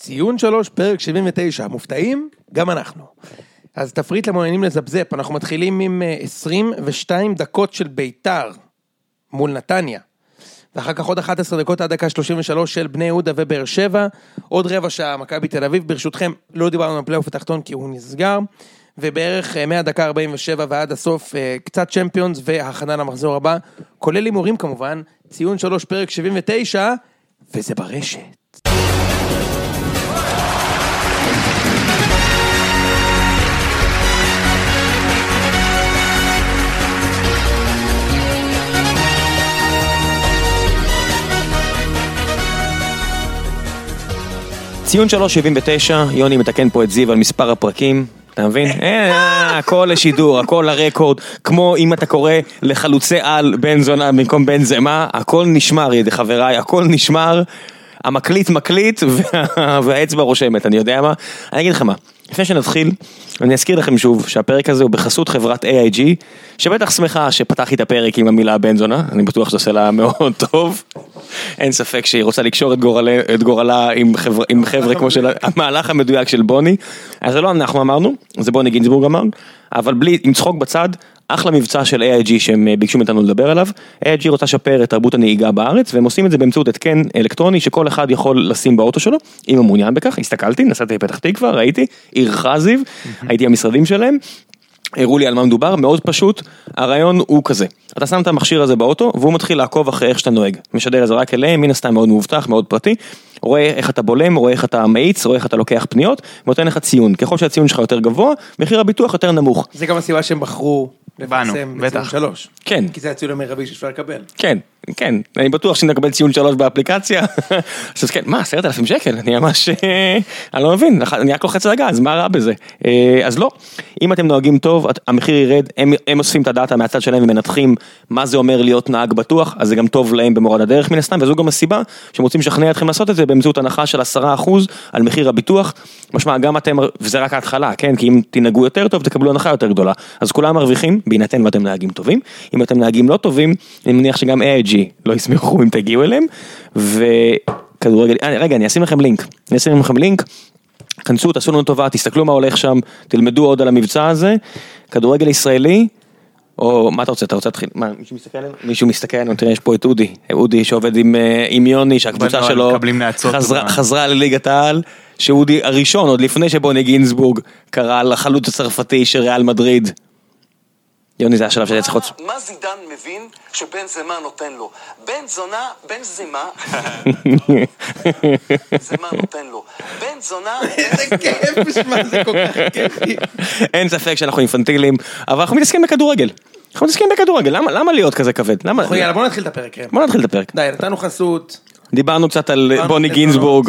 ציון 3, פרק 79, מופתעים? גם אנחנו. אז תפריט למעוניינים לזבזפ, אנחנו מתחילים עם 22 דקות של ביתר מול נתניה, ואחר כך עוד 11 דקות עד דקה 33 של בני יהודה ובאר שבע, עוד רבע שעה מכבי תל אביב, ברשותכם לא דיברנו על פלייאוף התחתון כי הוא נסגר, ובערך מהדקה 47 ועד הסוף קצת צ'מפיונס והכנה למחזור הבא, כולל הימורים כמובן, ציון 3 פרק 79, וזה ברשת. ציון 3.79, יוני מתקן פה את זיו על מספר הפרקים, אתה מבין? הכל לשידור, הכל לרקורד, כמו אם אתה קורא לחלוצי על בן זונה במקום בן זמה, הכל נשמר ידי חבריי, הכל נשמר, המקליט מקליט והאצבע רושמת, אני יודע מה? אני אגיד לכם מה, לפני שנתחיל, אני אזכיר לכם שוב שהפרק הזה הוא בחסות חברת AIG, שבטח שמחה שפתחתי את הפרק עם המילה בן זונה, אני בטוח שזה עושה לה מאוד טוב, אין ספק שהיא רוצה לקשור את גורלה עם חבר'ה כמו של המהלך המדויק של בוני, אז זה לא אנחנו אמרנו, זה בוני גינזבורג אמר, אבל בלי, עם צחוק בצד, אחלה מבצע של AIG שהם ביקשו מאיתנו לדבר עליו, AIG רוצה לשפר את תרבות הנהיגה בארץ, והם עושים את זה באמצעות התקן אלקטרוני שכל אחד יכול לשים באוטו שלו, אם הוא מעוניין בכך, הסתכלתי, נסעתי לפתח תקווה, ראיתי, עיר חזיב, הייתי המשרדים שלהם, הראו לי על מה מדובר, מאוד פשוט, הרעיון הוא כזה, אתה שם את המכשיר הזה באוטו, והוא מתחיל לעקוב אחרי איך שאתה נוהג, משדר לזה רק אליהם, מן הסתם מאוד מאובטח, מאוד פרטי, רואה איך אתה בולם, רואה איך אתה מאיץ, רואה איך אתה לוקח פניות, ונותן לך ציון, ככל שהציון שלך יותר גבוה, מחיר הביטוח יותר נמוך. זה גם הסיבה שהם בחרו לפרסם בציון 3. כן. כי זה הציון המרבי שאפשר לקבל. כן, כן, אני בטוח שנקבל ציון 3 באפליקציה, אז כן, מה, 10,000 שקל? אני ממש, אני לא מבין, אני רק לוחץ על הגז, מה רע בזה? אז לא, אם אתם נוהגים טוב, המחיר ירד, הם אוספים את הדאטה מהצד שלהם ומנתחים מה זה אומר להיות נהג בטוח, אז זה גם טוב להם במורד הדרך מן הסתם, וזו גם הסיבה שהם רוצים לשכנע אתכם לעשות את זה באמצעות הנחה של 10% על מחיר הביטוח, משמע גם אתם, וזה רק ההתחלה, כן, כי אם תנהגו יותר טוב, תקבלו הנחה יותר גדולה, אז כולם מרוויחים, בהינתן ואתם נהגים טובים, אם אתם נהגים לא טובים, אני מניח שגם AIG לא ישמחו אם תגיעו אליהם, וכדורגל, רגע, אני אשים לכם לינק, כנסו, תעשו לנו טובה, תסתכלו מה הולך שם, תלמדו עוד על המבצע הזה, כדורגל ישראלי, או מה אתה רוצה להתחיל? מה, מישהו מסתכל עלינו, תראה, יש פה את אודי שעובד עם יוני, שהקבוצה שלו חזרה לליגת העל, שאודי הראשון, עוד לפני שבוני גינזבורג קרא לחלוץ הצרפתי של ריאל מדריד, יוני זה השלב שזה צריך להיות. מה זידן מבין שבן זמה נותן לו? בן זונה, בן זמה. זמה נותן לו. בן זונה. איזה כיף, שמע, זה כל כך כיפי. אין ספק שאנחנו אינפנטילים, אבל אנחנו מתעסקים בכדורגל. למה להיות כזה כבד? יאללה, בוא נתחיל את הפרק. די, נתנו חסות. דיברנו קצת על בוני גינזבורג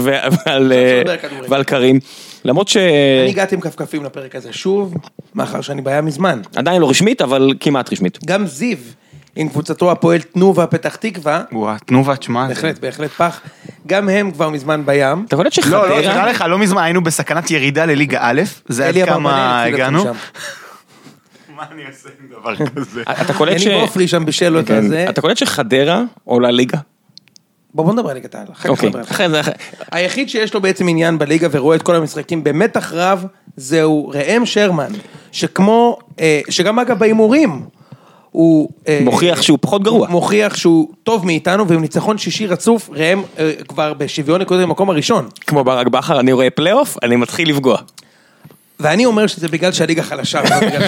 ועל קרים. למרות ש... אני הגעתי עם כפכפים לפרק הזה שוב, מאחר שאני בעיה מזמן. עדיין לא רשמית, אבל כמעט רשמית. גם זיו, עם קבוצתו הפועל תנובה פתח תקווה. וואה, תנובה, תשמע. בהחלט פח. גם הם כבר מזמן בים. אתה קולט שחדרה? לא, תדע לך, לא מזמן, היינו בסכנת ירידה לליגה א', זה עד כמה הגענו. מה אני עושה עם דבר כזה? אני גופרי שם בשאלות הזה. אתה קולט שחדרה עולה ליגה? בוא נדבר על ליגת העל. היחיד שיש לו בעצם עניין בליגה ורואה את כל המשחקים במתח רב, זהו ראם שרמן, שגם אגב בהימורים, הוא מוכיח שהוא פחות גרוע. מוכיח שהוא טוב מאיתנו, ועם ניצחון שישי רצוף, ראם כבר בשוויון נקודות במקום הראשון. כמו ברק בכר, אני רואה פלייאוף, אני מתחיל לפגוע. ואני אומר שזה בגלל שהליגה חלשה,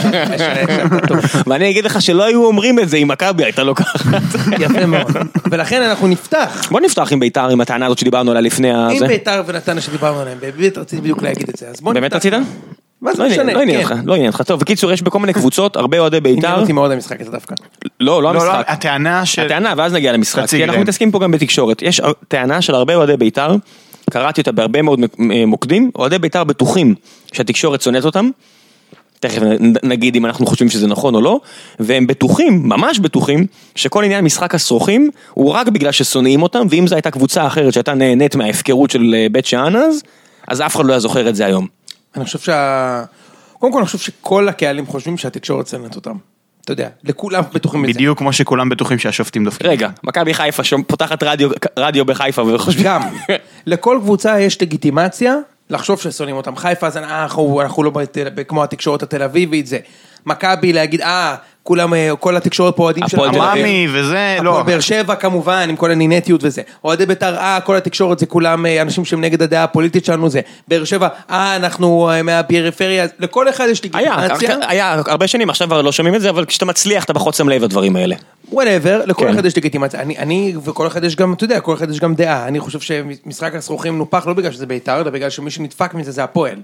ואני אגיד לך שלא היו אומרים את זה אם מכבי הייתה לוקחת. יפה מאוד. ולכן אנחנו נפתח. בוא נפתח עם ביתר, עם הטענה הזאת שדיברנו עליה לפני הזה. עם ביתר ונתנה שדיברנו עליהם, באמת רציתי בדיוק להגיד את זה. באמת רצית? מה זה משנה? לא עניין אותך. טוב, בקיצור, יש בכל מיני קבוצות, הרבה אוהדי ביתר. עניין אותי מאוד המשחק הזה דווקא. לא המשחק. הטענה, ואז נגיע למשחק. כי אנחנו מתעסקים פה גם בתקשורת. יש טענה של הרבה אוהדי ביתר, קראתי אותה בהרבה מאוד מוקדים, אוהדי ביתר בטוחים שהתקשורת שונאת אותם, תכף נגיד אם אנחנו חושבים שזה נכון או לא, והם בטוחים, ממש בטוחים, שכל עניין משחק הסרוכים, הוא רק בגלל ששונאים אותם, ואם זו הייתה קבוצה אחרת שהייתה נהנית מההפקרות של בית שען אז אף אחד לא זוכר את זה היום. אני חושב קודם כל אני חושב שכל הקהלים חושבים שהתקשורת שונאת אותם. אתה יודע, לכולם בטוחים בזה. בדיוק כמו שכולם בטוחים שהשופטים דופקים. רגע, מכבי חיפה פותחת רדיו בחיפה וחושבים. גם, לכל קבוצה יש לגיטימציה לחשוב ששונאים אותם. חיפה, אז אנחנו לא כמו התקשורת התל אביבית, זה מכבי להגיד, כולם, כל התקשורת פה אוהדים של מאמי וזה, לא. הפועל באר שבע כמובן, עם כל הנינטיות וזה. אוהדי בית"ר, כל התקשורת זה כולם אנשים שהם נגד הדעה הפוליטית שלנו, זה. באר שבע, אנחנו מהפריפריה, לכל אחד יש לגיטימציה. היה הרבה שנים, עכשיו לא שומעים את זה, אבל כשאתה מצליח, אתה פחות שם לב לדברים האלה. whatever, לכל אחד יש לגיטימציה. אני, וכל אחד יש גם, אתה יודע, כל אחד יש גם דעה. אני חושב שמשחק הסרוכים נופח לא בגלל שזה בית"ר, אלא בגלל שמי שנדפק מזה זה הפועל.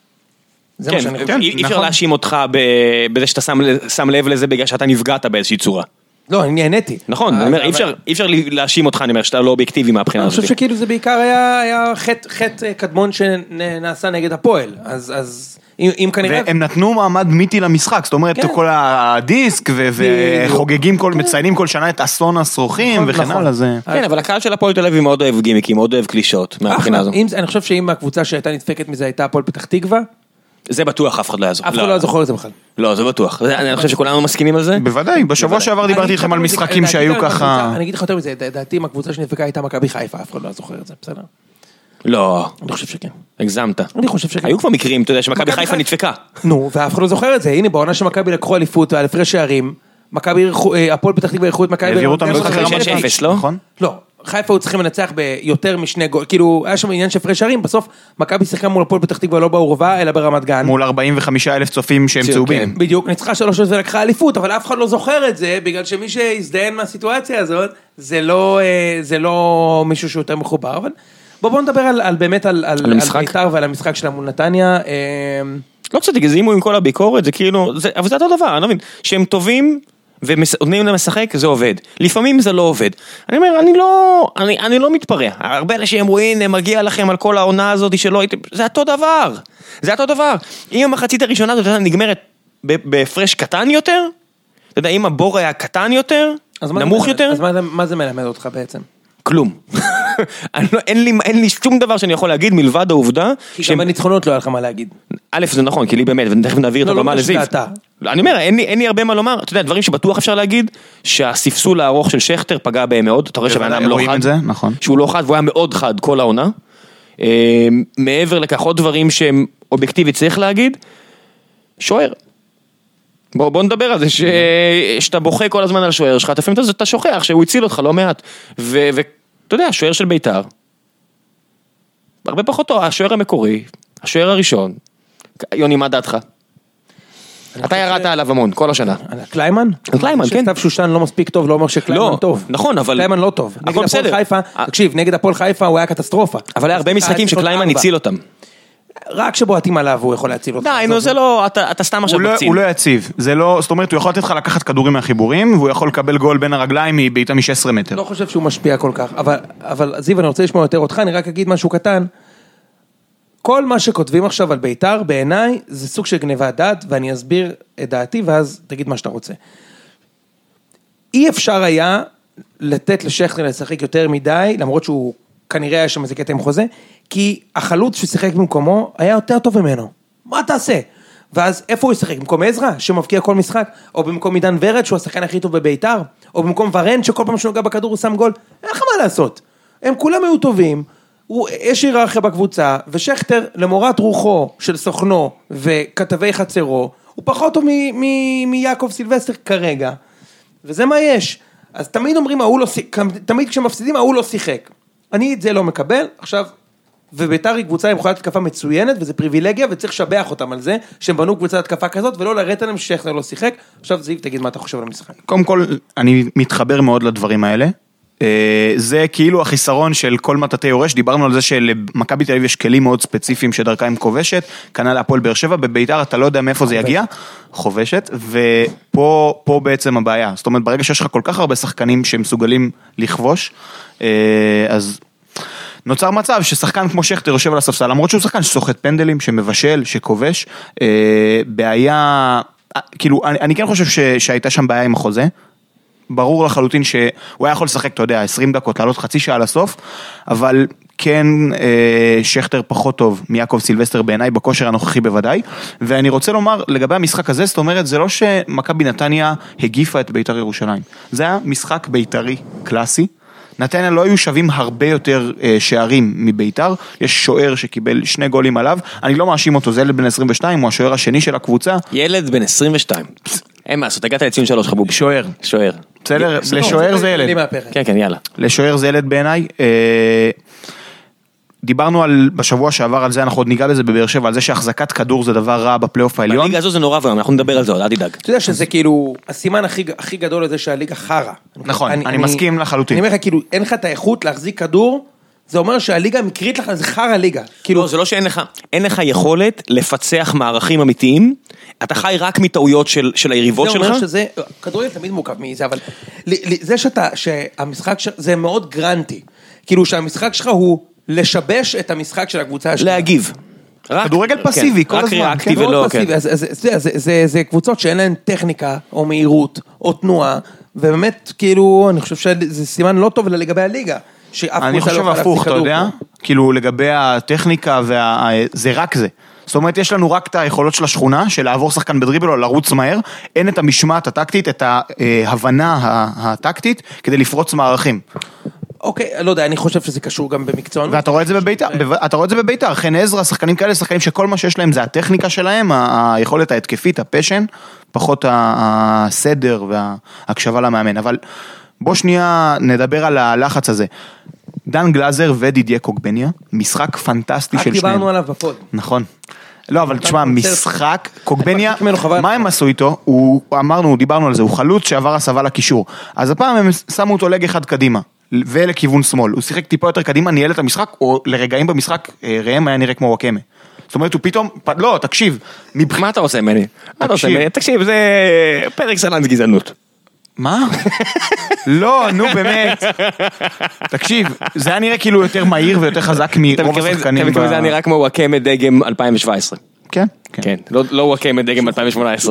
כן, אי אפשר להאשים אותך בזה שאתה שם לב לזה בגלל שאתה נפגעת באיזושהי צורה. לא, אני נהניתי. נכון, אי אפשר להאשים אותך, אני אומר שאתה לא אובייקטיבי מהבחינה הזאת. אני חושב שכאילו זה בעיקר היה חטא קדמון שנעשה נגד הפועל, אז אם כנראה... והם נתנו מעמד מיתי למשחק, זאת אומרת, כל הדיסק וחוגגים, מציינים כל שנה את אסון הסרוכים וכן הלאה זה. כן, אבל הקהל של הפועל תל אביב מאוד אוהב גימיקים, מאוד אוהב קלישות מהבחינה הזאת. אני חושב שאם הקבוצה שהייתה נדפקת מזה הייתה הפועל פתח תקווה, זה בטוח, אף אחד לא יעזור. אף אחד לא זוכר את זה בכלל. לא, זה בטוח. אני חושב שכולנו מסכימים על זה. בוודאי, בשבוע שעבר דיברתי איתכם על משחקים שהיו ככה... אני אגיד לך יותר מזה, דעתי אם הקבוצה שנדפקה הייתה מכבי חיפה, אף אחד לא זוכר את זה, בסדר? לא. אני חושב שכן. הגזמת. אני חושב שכן. היו כבר מקרים, אתה יודע, שמכבי חיפה נדפקה. נו, ואף אחד לא זוכר את זה. הנה, בעונה שמכבי לקחו אליפות ועל הפרש שערים, הפועל פתח תקווה אירחו את מכבי. העבירו אותם במשחק 6-0, לא? נכון? לא. חיפה היו צריכים לנצח ביותר משני גול, כאילו היה שם עניין של הפרש שערים, בסוף מכבי שיחקה מול הפועל פתח תקווה לא בעורבה, אלא ברמת גן. מול 45,000 צופים שהם צהובים. בדיוק, ניצחה 3-0 ולקחה אליפות, אבל אף אחד לא זוכר את זה, בגלל שמי שהזדהן מהסיטואציה הזאת, זה לא מישהו שהוא יותר מחובר, אבל בואו נדבר באמת על בית"ר ועל המשחק שלה מול נתניה. לא קצת הגזימו עם כל הביקורת, זה כאילו, אבל זה אותו דבר, אני לא מבין, שהם טובים, ונותנים להם לשחק, זה עובד. לפעמים זה לא עובד. אני אומר, אני לא מתפרע. הרבה אנשים רואים, מגיע לכם על כל העונה הזאת שלא הייתם, זה אותו דבר. זה אותו דבר. אם המחצית הראשונה הזאת נגמרת בהפרש קטן יותר, אתה יודע, אם הבור היה קטן יותר, נמוך יותר. אז מה זה מלמד אותך בעצם? כלום. אין לי שום דבר שאני יכול להגיד מלבד העובדה כי גם בניצחונות לא היה לך מה להגיד. א' זה נכון, כי לי באמת, ותכף נעביר את הבמה לזיו. אני אומר, אין לי הרבה מה לומר, אתה יודע, דברים שבטוח אפשר להגיד, שהספסול הארוך של שכטר פגע בהם מאוד, אתה רואה שהבן אדם לא חד, שהוא לא חד, והוא היה מאוד חד כל העונה. מעבר לכך, עוד דברים שהם אובייקטיבית צריך להגיד, שוער. בוא נדבר על זה, שאתה בוכה כל הזמן על שוער שלך, אתה שוכח שהוא הציל אותך לא מעט, ואתה יודע, השוער של בית"ר, הרבה פחות טוב, השוער המקורי, השוער הראשון, יוני, מה דעתך? אתה ירדת עליו המון, כל השנה. על קליימן? על קליימן, כן. שסתיו שושן לא מספיק טוב, לא אומר שקליימן טוב. נכון, אבל... קליימן לא טוב. נגד הפועל חיפה, תקשיב, נגד הפועל חיפה הוא היה קטסטרופה. אבל היה הרבה משחקים שקליימן הציל אותם. רק שבועטים עליו הוא יכול להציל אותך. די, נו, זה לא, אתה סתם עכשיו מקציב. הוא לא יציב, זה לא, זאת אומרת, הוא יכול לתת לך לקחת כדורים מהחיבורים, והוא יכול לקבל גול בין הרגליים מבעיטה מ-16 מטר. לא חושב שהוא משפיע כל כך, אבל זיו, אני רוצה לשמוע יותר אותך, אני רק אגיד משהו קטן. כל מה שכותבים עכשיו על בית"ר, בעיניי, זה סוג של גניבת דעת, ואני אסביר את דעתי, ואז תגיד מה שאתה רוצה. אי אפשר היה לתת לשכטר לשחק יותר מדי, למרות שהוא כנראה היה שם איזה קטע עם חוזה, כי החלוץ ששיחק במקומו היה יותר טוב ממנו. מה תעשה? ואז איפה הוא ישחק? במקום עזרא, שמבקיע כל משחק? או במקום עידן ורד, שהוא השחקן הכי טוב בבית"ר? או במקום ורן, שכל פעם שהוא נוגע בכדור הוא שם גול? אין לך מה לעשות. הם כולם היו טובים, יש היררכיה בקבוצה, ושכטר, למורת רוחו של סוכנו וכתבי חצרו, הוא פחות טוב מיעקב סילבסטר כרגע. וזה מה יש. אז תמיד אומרים, תמיד כשמפסידים, הוא לא שיחק. אני את זה לא מקבל. עכשיו, ובית"ר היא קבוצה עם יכולת התקפה מצוינת, וזה פריבילגיה, וצריך לשבח אותם על זה, שהם בנו קבוצת התקפה כזאת, ולא לראות עליהם ששכטר לא שיחק. עכשיו זיו, תגיד מה אתה חושב על המשחק. קודם כל, אני מתחבר מאוד לדברים האלה. זה כאילו החיסרון של כל מטאטי יורש, דיברנו על זה שלמכבי תל אביב יש כלים מאוד ספציפיים שדרכם כובשת, כנ"ל הפועל באר שבע, בבית"ר אתה לא יודע מאיפה זה יגיע, חובשת, ופה בעצם הבעיה, זאת אומרת ברגע שיש לך כל כך הרבה שחקנים שמסוגלים לכבוש, אז נוצר מצב ששחקן כמו שכטר יושב על הספסל, למרות שהוא שחקן שסוחט פנדלים, שמבשל, שכובש, בעיה, כאילו אני כן חושב שהייתה שם בעיה עם החוזה, ברור לחלוטין שהוא היה יכול לשחק, אתה יודע, 20 דקות, לעלות חצי שעה לסוף, אבל כן שכטר פחות טוב מיעקב סילבסטר בעיניי, בכושר הנוכחי בוודאי, ואני רוצה לומר לגבי המשחק הזה, זאת אומרת, זה לא שמכבי נתניה הגיפה את בית"ר ירושלים, זה היה משחק בית"רי קלאסי, נתניה לא היו שווים הרבה יותר שערים מביתר, יש שוער שקיבל 2 גולים עליו, אני לא מאשים אותו, זה ילד בן 22, הוא השוער השני של הקבוצה. ילד בן 22. אין מה, הגעת לציון 3 חבוב. שוער. שוער. בסדר, לשוער זה ילד. כן, כן, יאללה. לשוער זה ילד בעיניי. דיברנו בשבוע שעבר על זה, אנחנו עוד ניגע בזה בבאר שבע, על זה שהחזקת כדור זה דבר רע בפלייאוף העליון. בליגה הזו זה נורא ואנחנו נדבר על זה עוד, אל תדאג. אתה יודע שזה כאילו, הסימן הכי גדול לזה שהליגה חרה. נכון, אני מסכים לחלוטין. אני אומר לך, כאילו, אין לך את האיכות להחזיק כדור, זה אומר שהליגה מקרית לך, זה חרה ליגה. לא, זה לא שאין לך, אין לך יכולת לפצח מערכים אמיתיים, אתה חי רק מטעויות של היריבות שלך. זה אומר שזה, כדורגל תמיד מורכב מזה, אבל זה שהמשחק, זה מאוד גרנטי. כאילו שהמשחק שלך הוא לשבש את המשחק של הקבוצה השנייה. להגיב. כדורגל פסיבי, כל הזמן. רק ריאקטיבי ולא, כן. זה קבוצות שאין להן טכניקה, או מהירות, או תנועה, ובאמת, כאילו, אני חושב שזה סימן לא טוב לגבי הליגה. אני חושב הפוך, אתה יודע? כאילו, לגבי הטכניקה, זה רק זה. זאת אומרת, יש לנו רק את היכולות של השכונה, של לעבור שחקן בדריבל או לרוץ מהר, אין את המשמעת הטקטית, את ההבנה הטקטית, כדי לפרוץ מערכים. אוקיי, לא יודע, אני חושב שזה קשור גם במקצוענות. ואתה רואה את זה בביתר, אתה רואה את זה בביתר, חן עזרא, שחקנים כאלה, שחקנים שכל מה שיש להם זה הטכניקה שלהם, היכולת ההתקפית, הפשן, פחות הסדר וההקשבה למאמן, אבל בוא שנייה נדבר על הלחץ הזה. דן גלאזר ודידיה קוגבניה, משחק פנטסטי של שניהם. דיברנו עליו בפוד. נכון. לא, אבל תשמע, משחק, קוגבניה, מה הם עשו איתו? דיברנו על זה, הוא חלוץ שעבר הסבה לקישור. אז הפעם הם שמו אותו לג אחד קדימה. ולכיוון שמאל, הוא שיחק טיפה יותר קדימה, ניהל את המשחק, או לרגעים במשחק, ראם היה נראה כמו וואקמה. זאת אומרת, הוא פתאום, לא, תקשיב. מה אתה עושה מני? תקשיב, זה פרק סלנס גזענות. מה? לא, נו באמת. תקשיב, זה היה נראה כאילו יותר מהיר ויותר חזק מרוב השחקנים. אתה מתכוון, זה היה נראה כמו וואקמה דגם 2017. כן, כן, לא וואקמה דגם 2018.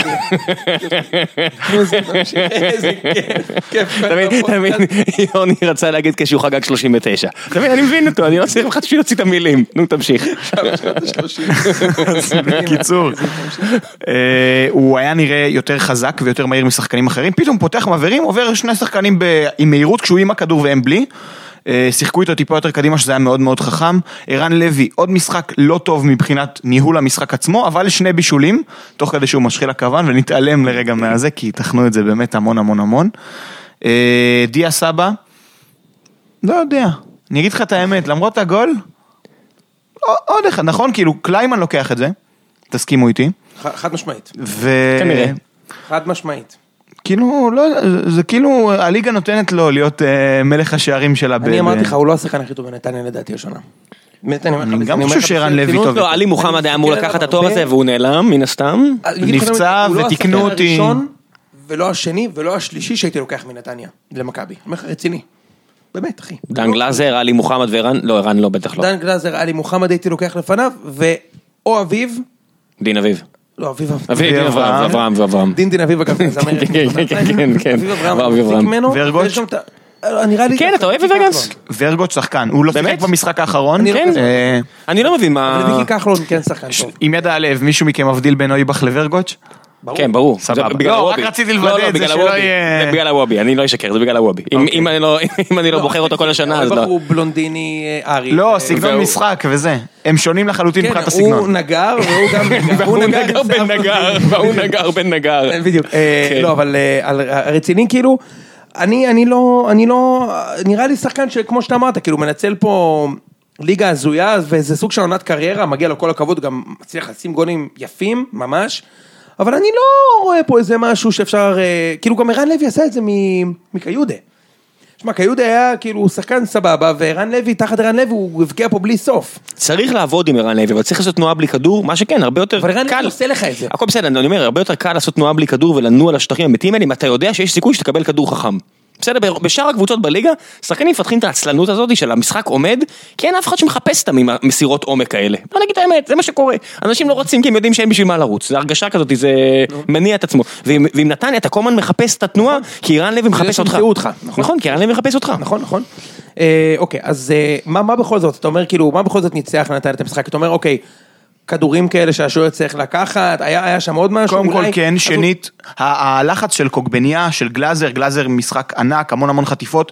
איזה כיף. תמיד, יוני רצה להגיד כשהוא חגג 39. תמיד, אני מבין אותו, אני לא צריך לך להוציא את המילים. נו, תמשיך. בקיצור, הוא היה נראה יותר חזק ויותר מהיר משחקנים אחרים, פתאום פותח מעברים, עובר 2 שחקנים עם מהירות, כשהוא עם הכדור והם בלי, שיחקו איתו טיפה יותר קדימה, שזה היה מאוד מאוד חכם. ערן לוי, עוד משחק לא טוב מבחינת ניהול המשחק עצמו, אבל 2 בישולים, תוך כדי שהוא משחיל הכוון, ונתעלם לרגע מהזה, כי תכנו את זה באמת המון המון המון. דיה סבא, לא יודע, אני אגיד לך את האמת, למרות הגול, עוד אחד, נכון? כאילו, קליימן לוקח את זה, תסכימו איתי. חד משמעית. כנראה. חד משמעית. כאילו, לא, זה כאילו, הליגה נותנת לו להיות מלך השערים שלה. אני אמרתי לך, הוא לא השחקן הכי טוב בנתניה לדעתי השנה. אני גם חושב שערן לוי טוב. לא, עלי מוחמד היה אמור לקחת את התואר הזה, והוא נעלם, מן הסתם. נפצע ותקנו אותי. הוא לא השחקן הראשון, ולא השני, ולא השלישי שהייתי לוקח מנתניה, למכבי. אני אומר לך, רציני. באמת, אחי. דן גלאזר, עלי מוחמד וערן, לא, ערן לא, בטח לא. דן גלאזר, עלי מוחמד הייתי לוקח לפניו, ואו אביב. דין אביב. לא, אביב אברהם. דין אביב אגב, כן, אברהם. ורגוץ'? כן, אתה אוהב ורגוץ'? ורגוץ' שחקן, הוא לא שיחק במשחק האחרון. אני לא מבין מה... אבל ויקי כחלון כן שחקן טוב. עם יד הלב, מישהו מכם מבדיל בין אויבך לורגוץ'? כן, ברור. לא, רק רציתי לוודא את זה שלא יהיה... זה בגלל הוובי, אני לא אשקר, זה בגלל הוובי. אם אני לא בוחר אותו כל השנה, אז לא. הוא בלונדיני ארי. לא, סגנון משחק וזה. הם שונים לחלוטין מבחינת הסגנון. הוא נגר, והוא גם... והוא נגר בן נגר. בדיוק. לא, אבל הרציני כאילו, אני לא... נראה לי שחקן שכמו שאתה אמרת, כאילו מנצל פה ליגה הזויה, וזה סוג של עונת קריירה, מגיע לו כל הכבוד, גם מצליח לשים גולים יפים, ממש. אבל אני לא רואה פה איזה משהו שאפשר, כאילו גם ערן לוי עשה את זה מקיודה. שמע, קיודה היה כאילו שחקן סבבה, וערן לוי, תחת ערן לוי, הוא הבקיע פה בלי סוף. צריך לעבוד עם ערן לוי, אבל צריך לעשות תנועה בלי כדור, מה שכן, הרבה יותר קל. אבל ערן לוי עושה לך את זה. הכל בסדר, אני אומר, הרבה יותר קל לעשות תנועה בלי כדור, ולנוע לשטחים המתים האלה, אם אתה יודע שיש סיכוי שתקבל כדור חכם. בסדר, בשאר הקבוצות בליגה, שחקנים מפתחים את העצלנות הזאת של המשחק עומד, כי אין אף אחד שמחפש אותם עם המסירות עומק האלה. בוא נגיד האמת, זה מה שקורה. אנשים לא רוצים כי הם יודעים שאין בשביל מה לרוץ. זה הרגשה כזאת, זה מניע את עצמו. ועם נתניה, אתה כל הזמן מחפש את התנועה, כי ערן לוי מחפש אותך. נכון, כי ערן לוי מחפש אותך. נכון. אוקיי, אז מה בכל זאת? אתה אומר כאילו, מה בכל זאת ניצח נתניה את המשחק? אתה אומר, אוקיי, כדורים כאלה שהשוער צריך לקחת, היה שם עוד משהו? קודם כל כן, שנית, הלחץ של קוגבניה, של גלאזר משחק ענק, המון חטיפות.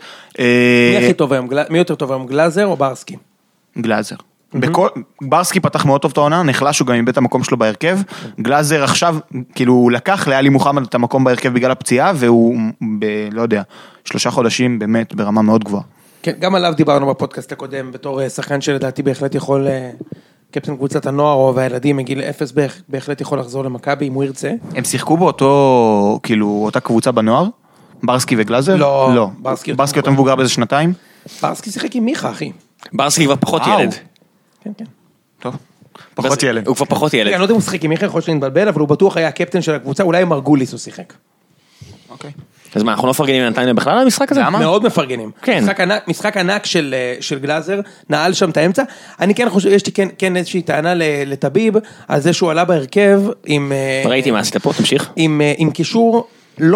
מי יותר טוב היום, גלאזר או ברסקי? גלאזר. ברסקי פתח מאוד טוב את העונה, נחלש, הוא גם איבד את המקום שלו בהרכב. גלאזר עכשיו, כאילו הוא לקח לאלי מוחמד את המקום בהרכב בגלל הפציעה, והוא לא יודע, 3 חודשים באמת ברמה מאוד גבוהה. כן, גם עליו דיברנו בפודקאסט הקודם, בתור שחקן שלדעתי בהחלט יכול... קפטן קבוצת הנוער והילדים מגיל 0 בהחלט יכול לחזור למכבי אם הוא ירצה. הם שיחקו באותו, כאילו, אותה קבוצה בנוער? ברסקי וגלאזר? לא. ברסקי יותר מבוגר באיזה 2? ברסקי שיחק עם מיכה, אחי. ברסקי כבר פחות ילד. כן. טוב. פחות ילד. הוא כבר פחות ילד. אני לא יודע אם הוא שיחק עם מיכה, יכול שאני מתבלבל, אבל הוא בטוח היה הקפטן של הקבוצה, אולי עם מרגוליס הוא שיחק. אוקיי. אז מה, אנחנו לא מפרגנים לנתניה בכלל על המשחק הזה? מאוד מפרגנים. כן. משחק ענק של גלאזר, נעל שם את האמצע. אני כן חושב, יש לי כן איזושהי טענה לטביב, על זה שהוא עלה בהרכב עם... ראיתי מה עשית פה, תמשיך. עם קישור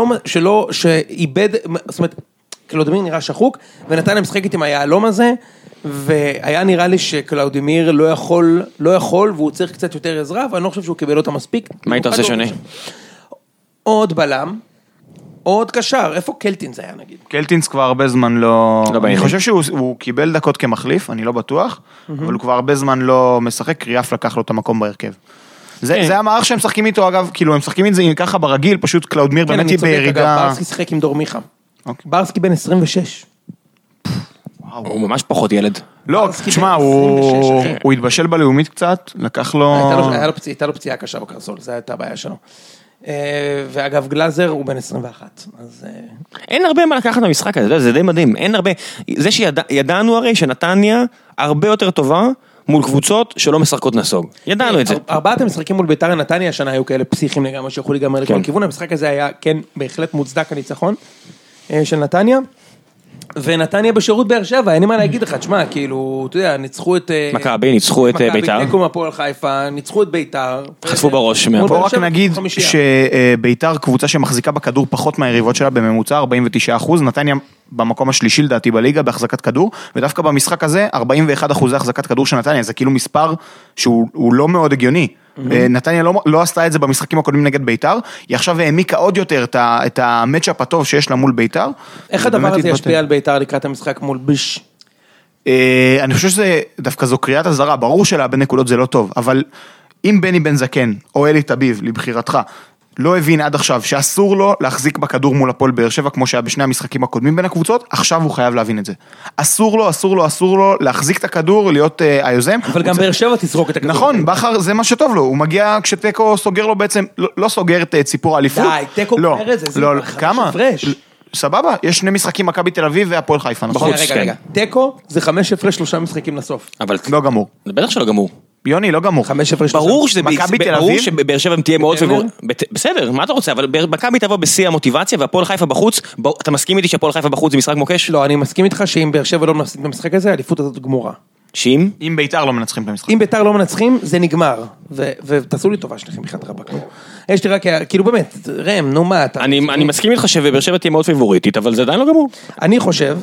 שאיבד, זאת אומרת, קלאודמיר נראה שחוק, ונתן למשחקת עם היעלום הזה, והיה נראה לי שקלאודמיר לא יכול, והוא צריך קצת יותר עזרה, ואני לא חושב שהוא קיבל אותה מספיק. מה היית עושה שונה? עוד בלם, עוד קשר, איפה קלטינס היה נגיד? קלטינס כבר הרבה זמן לא... אני חושב שהוא קיבל דקות כמחליף, אני לא בטוח, אבל הוא כבר הרבה זמן לא משחק, קריאף לקח לו את המקום בהרכב. זה המערך שהם משחקים איתו, אגב, כאילו הם משחקים את זה ככה ברגיל, פשוט קלאודמיר באמת היא בירידה... ברסקי שיחק עם דור מיכה. ברסקי בן 26. הוא ממש פחות ילד. לא, תשמע, הוא התבשל בלאומית קצת, לקח לו... הייתה לו פציעה קשה בקרסול, זו הייתה הבעיה שלו. ואגב גלאזר הוא בן 21, אז... אין הרבה מה לקחת במשחק הזה, זה די מדהים, אין הרבה... זה שידענו הרי שנתניה הרבה יותר טובה מול קבוצות שלא משחקות נסוג. ידענו את זה. 4 המשחקים מול ביתר נתניה השנה היו כאלה פסיכים לגמרי שיכולו להיגמר לכל כיוון, המשחק הזה היה כן בהחלט מוצדק הניצחון של נתניה, ונתניה בשירות באר שבע, אין לי מה להגיד לך, תשמע, כאילו, אתה יודע, ניצחו את... מכבי, ניצחו את ביתר. מכבי, הפועל חיפה, ניצחו את ביתר. חטפו בראש. פה רק נגיד שביתר קבוצה שמחזיקה בכדור פחות מהיריבות שלה בממוצע, 49%, נתניה במקום השלישי לדעתי בליגה בהחזקת כדור, ודווקא במשחק הזה, 41% החזקת כדור של נתניה, זה כאילו מספר שהוא לא מאוד הגיוני. נתניה לא עשתה את זה במשחקים הקודמים נגד ביתר, היא עכשיו העמיקה עוד יותר את המאצ'אפ הטוב שיש לה מול ביתר. איך הדבר הזה ישפיע על ביתר לקראת המשחק מול ביש? אני חושב שזה דווקא זו קריאת הזרה, ברור שלאבד נקודות זה לא טוב, אבל אם בני בן זקן או אלי טביב לבחירתך, לא הבין עד עכשיו שאסור לו להחזיק בכדור מול הפועל באר שבע, כמו שהיה בשני המשחקים הקודמים בין הקבוצות, עכשיו הוא חייב להבין את זה. אסור לו להחזיק את הכדור, להיות היוזם. אבל גם באר שבע תזרוק את הכדור. נכון, בכר זה מה שטוב לו, הוא מגיע כשטקו סוגר לו בעצם, לא סוגר את ציפור האליפות. די, טקו אומר את זה, לא, כמה? סבבה, יש 2 משחקים מכבי תל אביב והפועל חיפה, נכון? רגע, טקו זה 5 הפרש 3 משחקים לסוף. אבל לא גמור. זה בטח שלא גמור. יוני, לא גמור. 5 הפרש 3. ברור שבאר שבע תהיה מאוד פבורית. בסדר, מה אתה רוצה? אבל מכבי תבוא בשיא המוטיבציה והפועל חיפה בחוץ, אתה מסכים איתי שהפועל חיפה בחוץ זה משחק מוקש? לא, אני מסכים איתך שאם באר שבע לא מנצחים את המשחק הזה, האליפות הזאת גמורה. שאם? אם ביתר לא מנצחים את המשחק. אם ביתר לא מנצחים, זה נגמר. ותעשו לי טובה שלכם בכלל רבק. יש לי רק, כאילו באמת, רם, נו מה אתה... אני מסכים איתך שבאר שבע תהיה מאוד פבוריטית, אבל זה עדיין לא גמור. אני חושב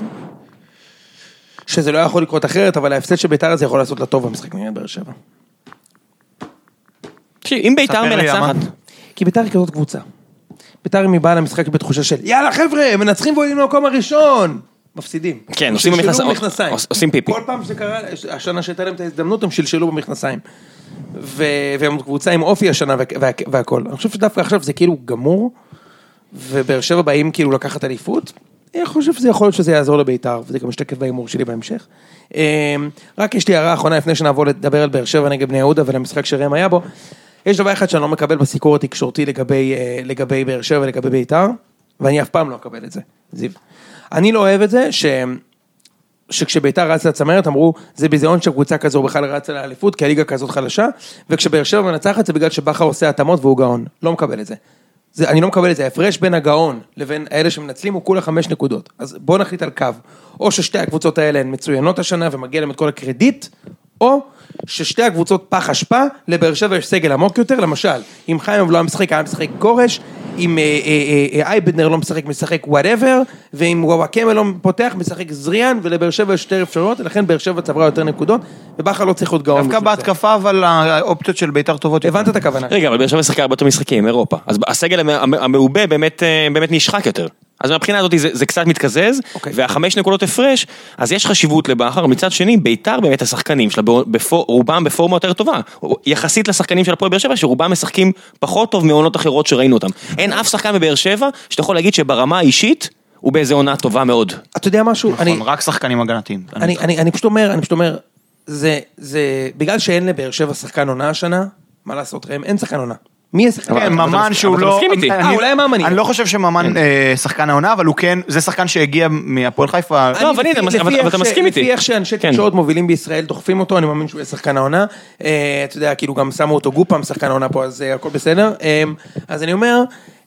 שזה לא יכול לקרות אחרת, אבל ההפסד של ביתר הזה יכול לעשות לטוב במשחק נגד באר שבע. אם ביתר מנצחת... כי ביתר היא כזאת קבוצה. ביתר היא מבעל המשחק בתחושה של, יאללה חבר'ה, מנצחים ועולים למקום הראשון. מפסידים. כן, עושים במכנסיים. עושים פיפי. כל פעם שזה קרה, השנה שהייתה להם את ההזדמנות, הם שלשלו במכנסיים. והם קבוצה עם אופי השנה והכל. אני חושב שדווקא עכשיו זה כאילו גמור, ובאר שבע באים כאילו לקחת אליפות. אני חושב שזה יכול להיות שזה יעזור לביתר, וזה גם משתקף באימור שלי בהמשך. רק יש לי הערה האחרונה לפני שנעבור לדבר על באר שבע נגד בני יהודה ולמשחק שרם היה בו. יש דבר אחד שאני לא מקבל בסיקור התקשורתי לגבי באר שבע ולגבי ביתר, ואני אף פעם לא אקבל את זה, זיו. אני לא אוהב את זה שכשביתר רצה לצמרת אמרו, זה ביזיון שקבוצה כזו בכלל רצה לאליפות, כי הליגה כזאת חלשה, וכשבאר שבע מנצחת זה בגלל שבכר עושה התאמות והוא גאון. לא מקבל את זה. אני לא מקבל את זה, ההפרש בין הגאון לבין האלה שמנצלים הוא כולה 5 נקודות. אז בואו נחליט על קו. או ששתי הקבוצות האלה הן מצוינות השנה ומגיע להם את כל הקרדיט, או ששתי הקבוצות פח אשפה, לבאר שבע יש סגל עמוק יותר, למשל, אם חיימוב לא משחק, היה משחק גורש, אם אייבדנר לא משחק whatever, ואם וואקמה לא פותח, משחק זריאן, ולבאר שבע יש יותר אפשרויות, ולכן באר שבע צברה יותר נקודות, ובכר לא צריך עוד גאון. דווקא בהתקפה, אבל האופציות של בית"ר טובות. הבנת את הכוונה. רגע, אבל באר שבע משחקה הרבה יותר משחקים, אירופה. אז הסגל המעובה באמת נשחק יותר. אז מהבחינה הזאת זה קצת מתקזז, וה5 נקודות הפרש, אז יש חשיבות לבכר, מצד שני, בית"ר באמת השחקנים שלה, רובם בפורמה יותר טובה, יחסית לשחקנים של הפועל באר שבע, שרובם משחקים פחות טוב מעונות אחרות שראינו אותם. אין אף שחקן בבאר שבע, שאתה יכול להגיד שברמה האישית, הוא באיזה עונה טובה מאוד. אתה יודע משהו? נכון, רק שחקנים הגנתיים. אני פשוט אומר, זה, בגלל שאין לבאר שבע שחקן עונה השנה, מה לעשות, אין שחקן עונה. מי יהיה שחקן? כן, ממן שהוא לא... אולי ממן. אני לא חושב שממן שחקן העונה, אבל הוא כן, זה שחקן שהגיע מהפועל חיפה. לא, אבל אתה מסכים איתי. לפי איך שאנשי תקשורת מובילים בישראל דוחפים אותו, אני מאמין שהוא יהיה שחקן העונה. אתה יודע, כאילו גם שמו אותו גופם, שחקן העונה פה, אז הכל בסדר. אז אני אומר,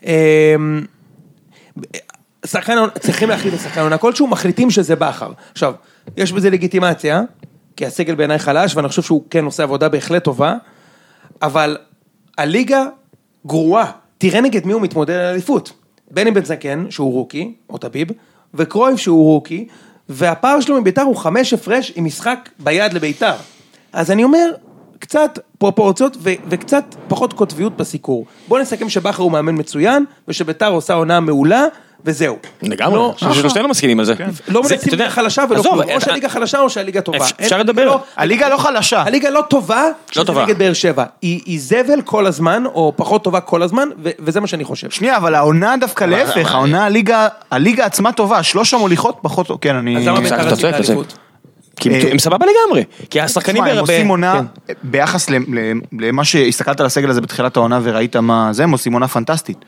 צריכים להחליט את שחקן העונה, כלשהו מחליטים שזה בכר. עכשיו, יש בזה לגיטימציה, כי הסגל בעיניי חלש, ואני חושב שהוא כן עושה עבודה בהחלט טובה, אבל הליגה גרועה, תראה נגד מי הוא מתמודד על אליפות, בני בן זקן, שהוא רוקי, או טביב, וקרויף שהוא רוקי, והפער שלו מביתר הוא 5 הפרש עם משחק ביד לביתר. אז אני אומר, קצת פרופורציות וקצת פחות כותביות בסיקור. בוא נסכם שבכר הוא מאמן מצוין, ושביתר עושה עונה מעולה, וזהו. לגמרי, ששתינו מסכימים על זה. לא מנסים ליגה חלשה ולא כלום, או שהליגה חלשה או שהליגה טובה. אפשר לדבר? הליגה לא חלשה. הליגה לא טובה, שזה נגד באר שבע. היא זבל כל הזמן, או פחות טובה כל הזמן, וזה מה שאני חושב. שנייה, אבל העונה דווקא להפך, העונה הליגה עצמה טובה, 3 המוליכות פחות, כן, אני... אז למה ביתר עשית אליפות? כי הם סבבה לגמרי, כי השחקנים... הם עושים עונה, ביחס למה שהסתכלת על הסגל הזה בתחילת העונה וראית מה זה, הם עושים עונה פנטסטית.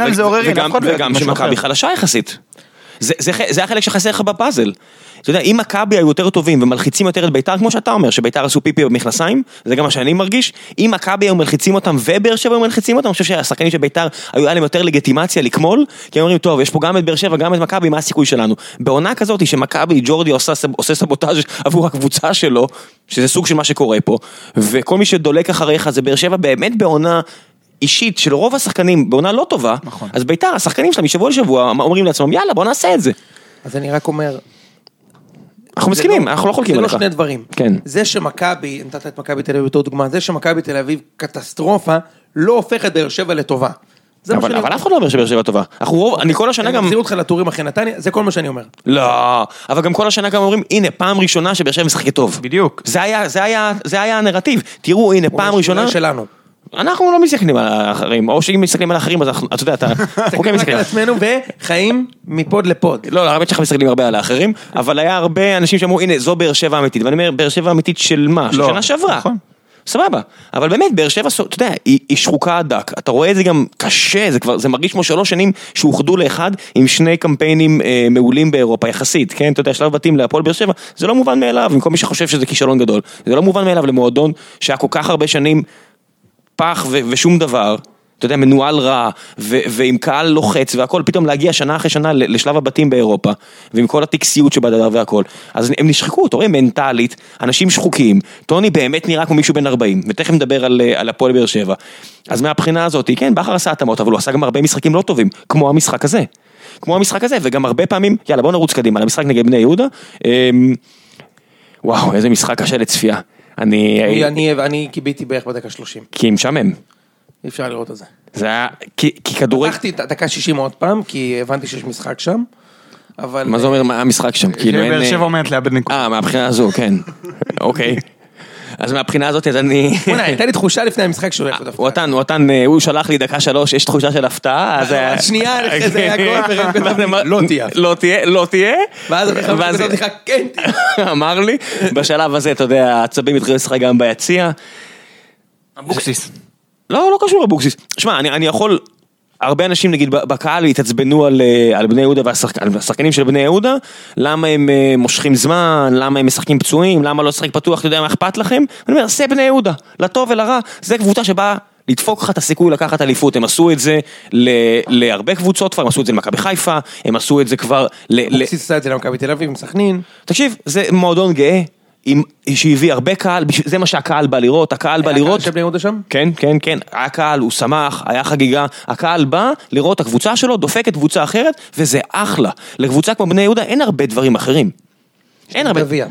וגם שמכבי חלשה יחסית. זה החלק שחסר לך בפאזל. אתה יודע, אם מכבי היו יותר טובים ומלחיצים יותר את ביתר, כמו שאתה אומר, שביתר עשו פיפי במכנסיים, זה גם מה שאני מרגיש, אם מכבי היו מלחיצים אותם ובאר שבע היו מלחיצים אותם, אני חושב שהשחקנים של ביתר היו להם יותר לגיטימציה לקמול, כי הם אומרים, טוב, יש פה גם את באר שבע, גם את מכבי, מה הסיכוי שלנו? בעונה כזאת שמכבי, ג'ורדי עושה סבוטאז' עבור הקבוצה שלו, שזה סוג של מה שקורה פה, וכל מי שדולק אחריך זה באר שבע באמת בעונה אישית של רוב השחקנים בעונה לא טובה, אז ביתר, השחקנים שלהם משבוע לשבוע אומרים לעצמם, יאללה, בוא נעשה את זה. אז אני רק אומר, אנחנו מסכימים, אנחנו לא חולקים עליך. זה לא שני דברים. כן. זה שמכבי, נתת את מכבי תל אביב בתור דוגמה, זה שמכבי תל אביב קטסטרופה, לא הופך את באר שבע לטובה. אבל אף אחד לא אומר שבאר שבע טובה. אני כל השנה גם... אני מחזיר אותך לטורים אחרי נתניה, זה כל מה שאני אומר. לא, אבל גם כל השנה גם אומרים, הנה, פעם ראשונה שבאר שבע משחקת טוב. בדיוק. זה היה הנרטיב. תראו, הנה, פעם ראשונה... שלנו. אנחנו לא מסתכלים על האחרים, או שאם מסתכלים על האחרים, אז אתה יודע, אנחנו כן מסתכלים על עצמנו וחיים מפוד לפוד. לא, הרבה שאנחנו מסתכלים הרבה על האחרים, אבל היה הרבה אנשים שאמרו, הנה, זו באר שבע אמיתית, ואני אומר, באר שבע אמיתית של מה? של שנה שעברה. סבבה, אבל באמת, באר שבע, אתה יודע, היא שחוקה דק, אתה רואה את זה גם קשה, זה מרגיש כמו 3 שנים שהוחדו לאחד, עם 2 קמפיינים מעולים באירופה, יחסית, כן, אתה יודע, שלב בתים להפועל באר שבע, זה לא מובן מאליו, עם כל מי שחושב שזה כישלון גדול, זה לא מובן מאליו למועדון שהיה כל כך הרבה שנים פח ושום דבר, אתה יודע, מנוהל רע, ועם קהל לוחץ והכל, פתאום להגיע שנה אחרי שנה לשלב הבתים באירופה, ועם כל הטקסיות שבדבר והכל. אז הם נשחקו, אתה רואה, מנטלית, אנשים שחוקים, טוני באמת נראה כמו מישהו בן 40, ותכף נדבר על הפועל באר שבע. אז מהבחינה הזאת, כן, בכר עשה התאמות, אבל הוא עשה גם הרבה משחקים לא טובים, כמו המשחק הזה, וגם הרבה פעמים, יאללה, בוא נרוץ קדימה, למשחק נגד בני יהודה, וואו, איזה משחק קשה לצפייה. אני קיביתי בערך בדקה 30. כי משעמם. אי אפשר לראות את זה. זה היה, כי כדורגל... הלכתי את דקה 60 עוד פעם, כי הבנתי שיש משחק שם, אבל... מה זה אומר, מה המשחק שם? באר שבע עומדת לאבד נקודה. מהבחינה הזו, כן. אוקיי. אז מהבחינה הזאת, אז אני... הייתה לי תחושה לפני המשחק שהוא הולך עוד הפתעה. הוא שלח לי דקה 3, יש תחושה של הפתעה, אז... שנייה, זה היה גול, לא תהיה. ואז אני לך, כן תהיה. אמר לי, בשלב הזה, אתה יודע, העצבים התחילו לשחק גם ביציע. אבוקסיס. לא קשור לבוקסיס. שמע, אני יכול... הרבה אנשים נגיד בקהל התעצבנו על בני יהודה ועל השחקנים של בני יהודה, למה הם מושכים זמן, למה הם משחקים פצועים, למה לא שחק פתוח, אתה יודע מה אכפת לכם? אני אומר, זה בני יהודה, לטוב ולרע, זה קבוצה שבאה לדפוק לך את הסיכוי לקחת אליפות, הם עשו את זה להרבה קבוצות, הם עשו את זה למכבי חיפה, הם עשו את זה כבר אבוקסיס עשה את זה למכבי תל אביב עם סכנין. תקשיב, זה מועדון גאה, שהביא הרבה קהל, זה מה שהקהל בא לראות, הקהל בא לראות. היה קהל של בני יהודה שם? כן, כן, כן, היה קהל, הוא שמח, היה חגיגה, הקהל בא לראות את הקבוצה שלו, דופקת קבוצה אחרת, וזה אחלה. לקבוצה כמו בני יהודה אין הרבה דברים אחרים. אין הרבה. גביע.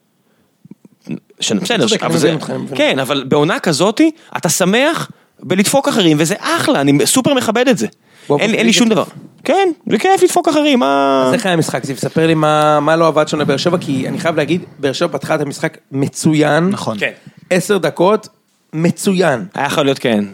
בסדר, כן, אבל בעונה כזאת, אתה שמח בלדפוק אחרים, וזה אחלה, אני סופר מכבד את זה. אין לי שום דבר. כן, זה כיף לדפוק אחרים. אז איך היה המשחק? זיו, ספר לי מה לא עבד שונה באר שבע, כי אני חייב להגיד, באר שבע פתחה את המשחק מצוין. נכון. 10 דקות, מצוין. היה יכול להיות כן.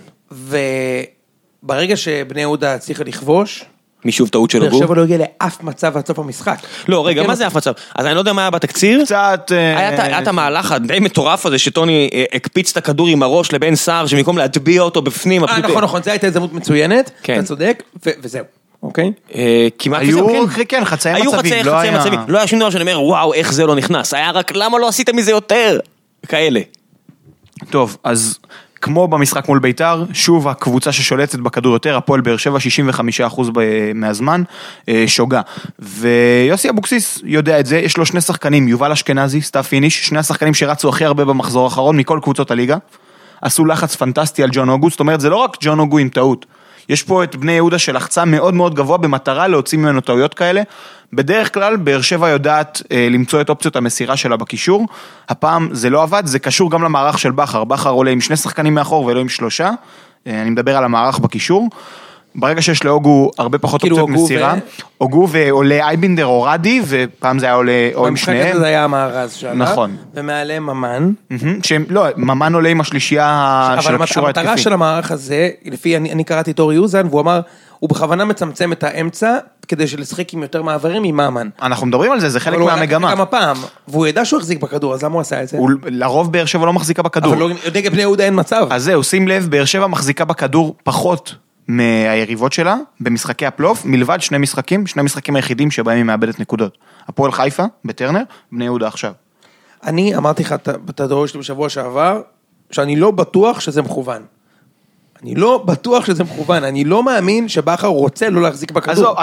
וברגע שבני יהודה הצליחה לכבוש, משוב טעות של באר אוגו. שבע לא הגיע לאף מצב עד סוף המשחק. לא, רגע, מה זה אף מצב? אז אני לא יודע מה היה בתקציר. קצת... היה את המהלך הדי מטורף הזה, שטוני הקפיץ את הכדור עם הראש לבן סער, שמקום להטביע אותו בפנים. נכון, זו הייתה הזדמנות מצוינת, כן. אתה צודק, וזהו, אוקיי? כמעט היו, וזהו, כן, חצאי היו מצבים, חצאי מצבים. לא היה שום דבר שאני אומר, וואו, איך זה לא נכנס. היה רק, למה לא עשית מזה יותר? כאלה. טוב, אז כמו במשחק מול ביתר, שוב הקבוצה ששולטת בכדור יותר, הפועל באר שבע 65% מהזמן, שוגה. ויוסי אבוקסיס יודע את זה, יש לו שני שחקנים, יובל אשכנזי, סטאפ פיניש, שני השחקנים שרצו הכי הרבה במחזור האחרון מכל קבוצות הליגה, עשו לחץ פנטסטי על ג'ון אוגו, זאת אומרת זה לא רק ג'ון אוגו עם טעות, יש פה את בני יהודה שלחצה מאוד מאוד גבוה במטרה להוציא ממנו טעויות כאלה. בדרך כלל באר שבע יודעת למצוא את אופציות המסירה שלה בקישור. הפעם זה לא עבד, זה קשור גם למערך של בכר. בכר עולה עם שני שחקנים מאחור ולא עם שלושה. אני מדבר על המערך בקישור. ברגע שיש לאוגו הרבה פחות אופציות מסירה, אוגו ועולה אייבינדר או רדי, ופעם זה היה עולה או עם שניהם. במשחק הזה זה היה המארז שלה. נכון. ומעליהם ממן. לא, ממן עולה עם השלישייה של הקישור ההתקפי. אבל המטרה של המערך הזה, לפי, אני קראתי את אורי יוזן, והוא אמר, הוא בכוונה מצמצם את האמצע, כדי שלשחק עם יותר מעברים עם ממן. אנחנו מדברים על זה, זה חלק מהמגמה. אבל הוא גם הפעם, והוא ידע שהוא החזיק בכדור, אז למה הוא עשה את זה? לרוב באר שבע לא מחזיקה בכדור. אבל נגד בני יהודה אין מצב. אז זהו, שים לב, באר שבע מחזיקה בכדור פחות מהיריבות שלה, במשחקי הפלייאוף, מלבד שני משחקים היחידים שבהם היא מאבדת נקודות. הפועל חיפה, בטרנר, בני יהודה עכשיו. אני אמרתי לך את הדור שלי בשבוע שעבר, שאני לא בטוח שזה מכוון. אני לא בטוח שזה מכוון, אני לא מאמין שבכר רוצה לא להחזיק בכדור.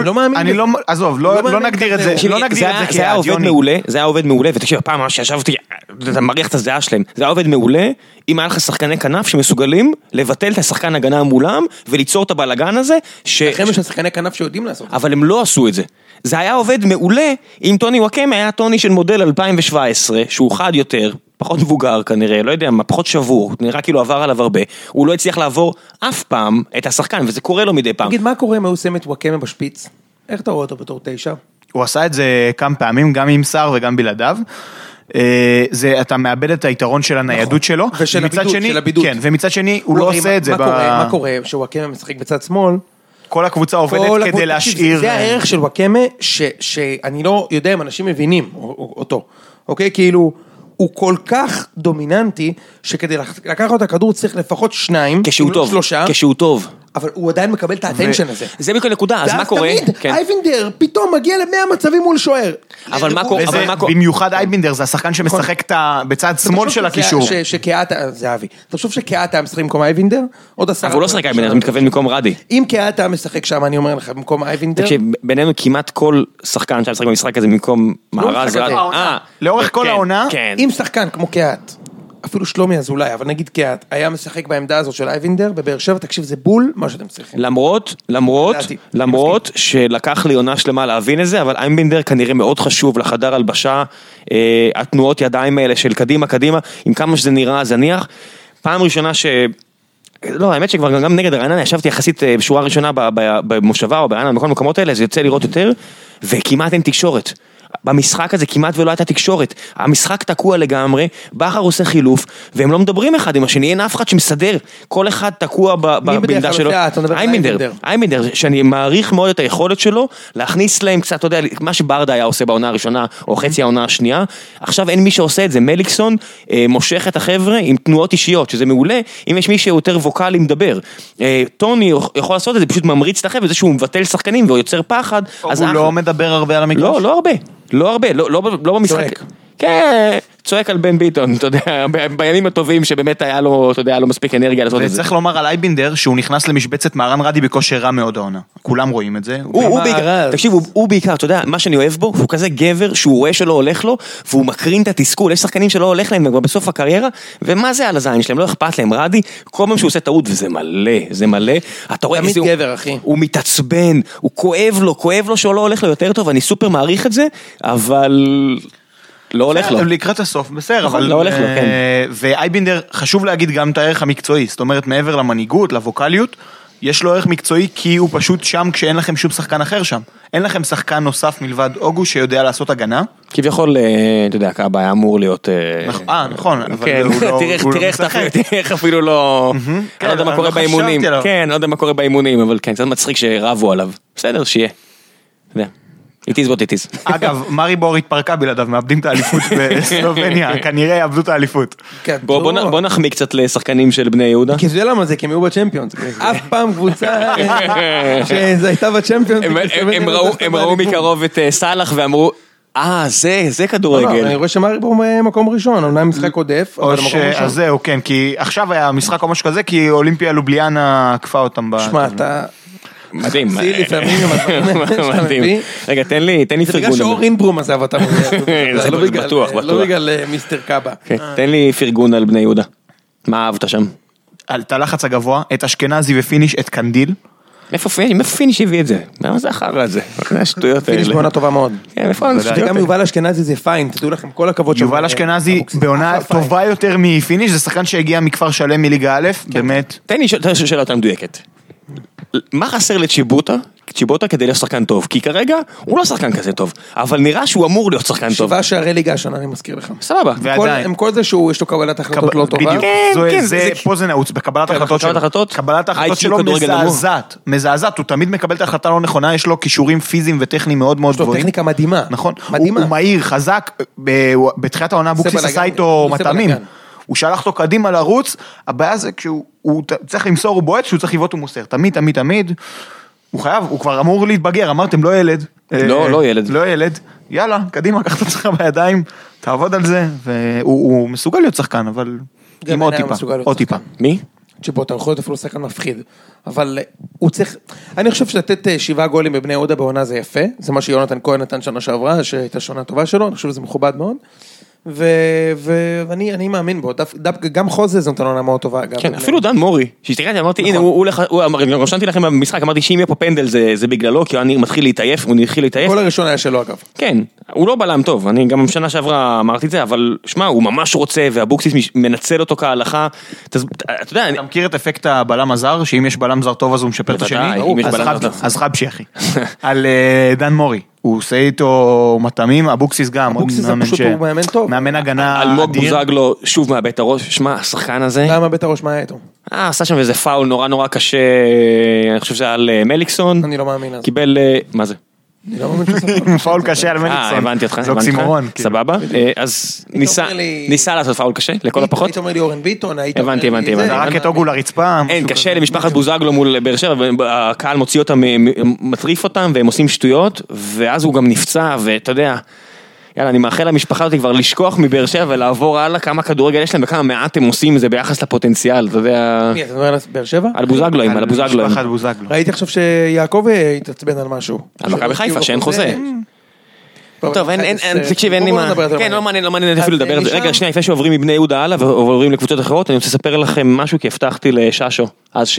עזוב, לא נגדיר את זה, זה היה עובד מעולה, זה היה עובד מעולה, ותקשיב, הפעם מה שישבתי, אתה מריח את הזיעה שלהם, זה היה עובד מעולה, אם היה לך שחקני כנף שמסוגלים לבטל את השחקן הגנה מולם, וליצור את הבלגן הזה, לכם יש שחקני כנף שיודעים לעשות. אבל הם לא עשו את זה. זה היה עובד מעולה, אם טוני וואקמה היה טוני של מודל 2017, שהוא חד יותר, פחות מבוגר כנראה, לא יודע מה, פחות שבור, נראה כאילו עבר עליו הרבה, הוא לא הצליח לעבור אף פעם את השחקן, וזה קורה לו מדי פעם. תגיד, מה קורה אם הוא עושה את וואקמה בשפיץ? איך אתה רואה אותו בתור 9? הוא עשה את זה כמה פעמים, גם עם שר וגם בלעדיו. אתה מאבד את היתרון של הניידות שלו, ושל הבידוד. כן, ומצד שני, הוא לא עושה את זה. מה קורה שוואקמה משחק בצד שמאל? כל הקבוצה עובדת כדי להשאיר. זה הערך של וואקמה, שאני לא יודע אם אנשים מבינים אותו, אוקיי? כאילו, הוא כל כך דומיננטי, שכדי לקחת את הכדור צריך לפחות 2, כשהוא טוב. אבל הוא עדיין מקבל את האטנשן הזה. זה בכל נקודה, אז מה קורה? ואז תמיד, אייבינדר פתאום מגיע ל100 מצבים מול שוער. אבל מה קורה? במיוחד אייבינדר, זה השחקן שמשחק בצד שמאל של הקישור. זה אבי. אתה חושב שקהת משחק במקום אייבינדר? אבל הוא לא שחק אייבינדר, אתה מתכוון במקום רדי. אם קהת משחק שם, אני אומר לך, במקום אייבינדר. תקשיב, בינינו כמעט כל שחקן שמשחק במשחק הזה במקום מארז רדי. לאורך כל העונה. אם שחקן כמו קהת, אפילו שלומי אזולאי, אבל נגיד קהת, היה משחק בעמדה הזאת של אייבינדר, בבאר שבע, תקשיב, זה בול מה שאתם צריכים. למרות שלקח לי עונה שלמה להבין את זה, אבל אייבינדר כנראה מאוד חשוב לחדר הלבשה, התנועות ידיים האלה של קדימה, עם כמה שזה נראה זניח, פעם ראשונה לא, האמת שכבר גם נגד רעננה, ישבתי יחסית בשורה ראשונה במושבה או ברעננה, בכל מקומות האלה, זה יוצא לראות יותר, וכמעט אין תקשורת. במשחק הזה כמעט ולא הייתה תקשורת, המשחק תקוע לגמרי, בכר עושה חילוף, והם לא מדברים אחד עם השני, אין אף אחד שמסדר, כל אחד תקוע בעמדה שלו. אייבינדר, שאני מעריך מאוד את היכולת שלו, להכניס להם קצת, אתה יודע, מה שברדה היה עושה בעונה הראשונה, או חצי העונה השנייה, עכשיו אין מי שעושה את זה, מליקסון מושך את החבר'ה עם תנועות אישיות, שזה מעולה, אם יש מי שיותר ווקלי מדבר, טוני יכול לעשות את זה, פשוט ממריץ את החבר'ה, זה שהוא מבטל שחקנים, והוא יוצר פחד, הוא לא מדבר הרבה על המגרש? לא הרבה, לא במשחק. כן, צועק על בן ביטון, אתה יודע, בימים הטובים שבאמת היה לו, אתה יודע, לא מספיק אנרגיה לעשות את זה. וצריך לומר על אייבינדר שהוא נכנס למשבצת מהרן רדי בכושר רע מאוד העונה. כולם רואים את זה. הוא בעיקר, תקשיב, הוא בעיקר, אתה יודע, מה שאני אוהב בו, הוא כזה גבר שהוא רואה שלא הולך לו, והוא מקרין את התסכול, יש שחקנים שלא הולך להם כבר בסוף הקריירה, ומה זה על הזין שלהם, לא אכפת להם, רדי, כל פעם שהוא עושה טעות, וזה מלא, זה מלא, אתה רואה איזה, גבר, אחי. הוא מתעצבן, הוא כואב לו שלא הולך לו יותר טוב, אני סופר מעריך את זה, אבל לא הולך לו. לקראת הסוף, בסדר, אבל לא הולך לו, כן. ואייבינדר, חשוב להגיד גם את הערך המקצועי, זאת אומרת, מעבר למנהיגות, לווקליות, יש לו ערך מקצועי כי הוא פשוט שם כשאין לכם שום שחקן אחר שם. אין לכם שחקן נוסף מלבד אוגו שיודע לעשות הגנה. כביכול, אתה יודע, קאבה היה אמור להיות... נכון, אבל הוא לא... תראה איך אפילו לא... אני לא יודע מה קורה באימונים. כן, אני לא יודע מה קורה באימונים, אבל כן, קצת מצחיק שרבו עליו. בסדר, שיהיה. אתה יודע. It is what it is. אגב, מריבור התפרקה בלעדיו, מאבדים את האליפות בסלובניה, כנראה יאבדו את האליפות. בוא נחמיא קצת לשחקנים של בני יהודה. כי זה למה זה, כי הם היו בצ'מפיונס. אף פעם קבוצה שזה הייתה בצ'מפיונס. הם ראו מקרוב את סלח ואמרו, זה כדורגל. אני רואה שמריבור מקום ראשון, אומנם משחק עודף, אבל מקום ראשון. אז זהו, כן, כי עכשיו היה משחק או משהו כזה, כי אולימפיה לובליאנה עקפה אותם. שמע, אתה... מדהים. מדהים. רגע, תן לי פרגון. זה בגלל שאור אינברום עזב אותם. זה בטוח. לא בגלל מיסטר קאבה. תן לי פרגון על בני יהודה. מה אהבת שם? על את הלחץ הגבוה, את אשכנזי ופיניש, את קנדיל. איפה פיניש הביא את זה? מה זה אחר הזה? זה השטויות האלה. פיניש בעונה טובה מאוד. כן, איפה השטויות? גם יובל אשכנזי זה פיין, תדעו לכם, כל הכבוד. יובל אשכנזי בעונה טובה יותר מפיניש, זה שחקן שהגיע מכפר שלם מליגה א', באמת. תן לי שאלה יותר מדויקת. מה חסר לצ'יבוטה כדי להיות שחקן טוב? כי כרגע הוא לא שחקן כזה טוב, אבל נראה שהוא אמור להיות שחקן טוב. 7 שערי ליגה השנה, אני מזכיר לך. סבבה. עם כל זה שיש לו קבלת החלטות לא טובה. בדיוק, פה זה נעוץ, בקבלת ההחלטות שלו. קבלת ההחלטות שלו מזעזעת, הוא תמיד מקבל את ההחלטה לא נכונה, יש לו כישורים פיזיים וטכניים מאוד מאוד גבוהים. יש לו טכניקה מדהימה. נכון, הוא מהיר, חזק, בתחילת העונה בוקסיס עשה איתו מטעמים. הוא שלח אותו קדימה לרוץ, הבעיה זה כשהוא צריך למסור, הוא בועט, כשהוא צריך לבעוט הוא מוסר, תמיד, הוא חייב, הוא כבר אמור להתבגר, אמרתם לא ילד. לא ילד. לא ילד, יאללה, קדימה, קח את עצמך בידיים, תעבוד על זה, והוא מסוגל להיות שחקן, אבל עם עוד טיפה. מי? צ'יבוטה, הוא יכול להיות אפילו שחקן מפחיד, אבל הוא צריך, אני חושב שלתת 7 גולים בבני יהודה בעונה זה יפה, זה מה שיונתן כהן נתן שנה שעברה, שהייתה שנה טובה שלו, אני חושב שזה מכובד מאוד. ואני מאמין בו, גם חוזה זו נתנו מאוד טובה. כן, אפילו דן מורי, שהסתכלתי, אמרתי, הנה, הוא רשמתי לכם במשחק, אמרתי שאם יהיה פה פנדל זה בגללו, כי הוא מתחיל להתעייף, הוא התחיל להתעייף. כל הראשון היה שלו אגב. כן, הוא לא בלם טוב, אני גם בשנה שעברה אמרתי את זה, אבל שמע, הוא ממש רוצה, והבוקסיס מנצל אותו כהלכה, אתה יודע... אתה מכיר את אפקט הבלם הזר, שאם יש בלם זר טוב אז הוא משפר את השני? אז חבשי אחי. על דן מורי. הוא עושה איתו מטעמים, אבוקסיס גם. אבוקסיס זה פשוט הוא מאמן טוב. מאמן הגנה אלמוג בוזגלו שוב מאבד את הראש, שמע, השחקן הזה. למה מאבד את הראש, מה היה איתו? עשה שם איזה פאול נורא קשה, אני חושב שזה על מליקסון. אני לא מאמין אז. קיבל, מה זה? אני לא מאמין שזה פאול קשה על מליקסון. הבנתי אותך. זה אוקסימורון. סבבה, אז ניסה לעשות פאול קשה, לכל הפחות. היית אומר לי אורן ביטון, הבנתי. רק את אוגו לרצפה. אין, קשה למשפחת בוזגלו מול באר שבע, והקהל מוציא אותם, מטריף אותם, והם עושים שטויות, ואז הוא גם נפצע, ואתה יודע, יאללה, אני מאחל למשפחה אותי כבר לשכוח מבאר שבע, ולעבור הלאה כמה כדורגל יש להם, וכמה מעט הם עושים את זה ביחס לפוטנציאל, אתה יודע... מי, אתה אומר על באר שבע? על בוזגלואים, על הבוזגלואים. ראיתי עכשיו שיעקב התעצבן על משהו. על מכבי חיפה, שאין חוזה. טוב, תקשיב, אין לי מה... כן, לא מעניין אפילו לדבר על זה. רגע, שנייה, לפני שעוברים מבני יהודה הלאה, ועוברים לקבוצות אחרות, אני רוצה לספר לכם משהו, כי הבטחתי לששו, אז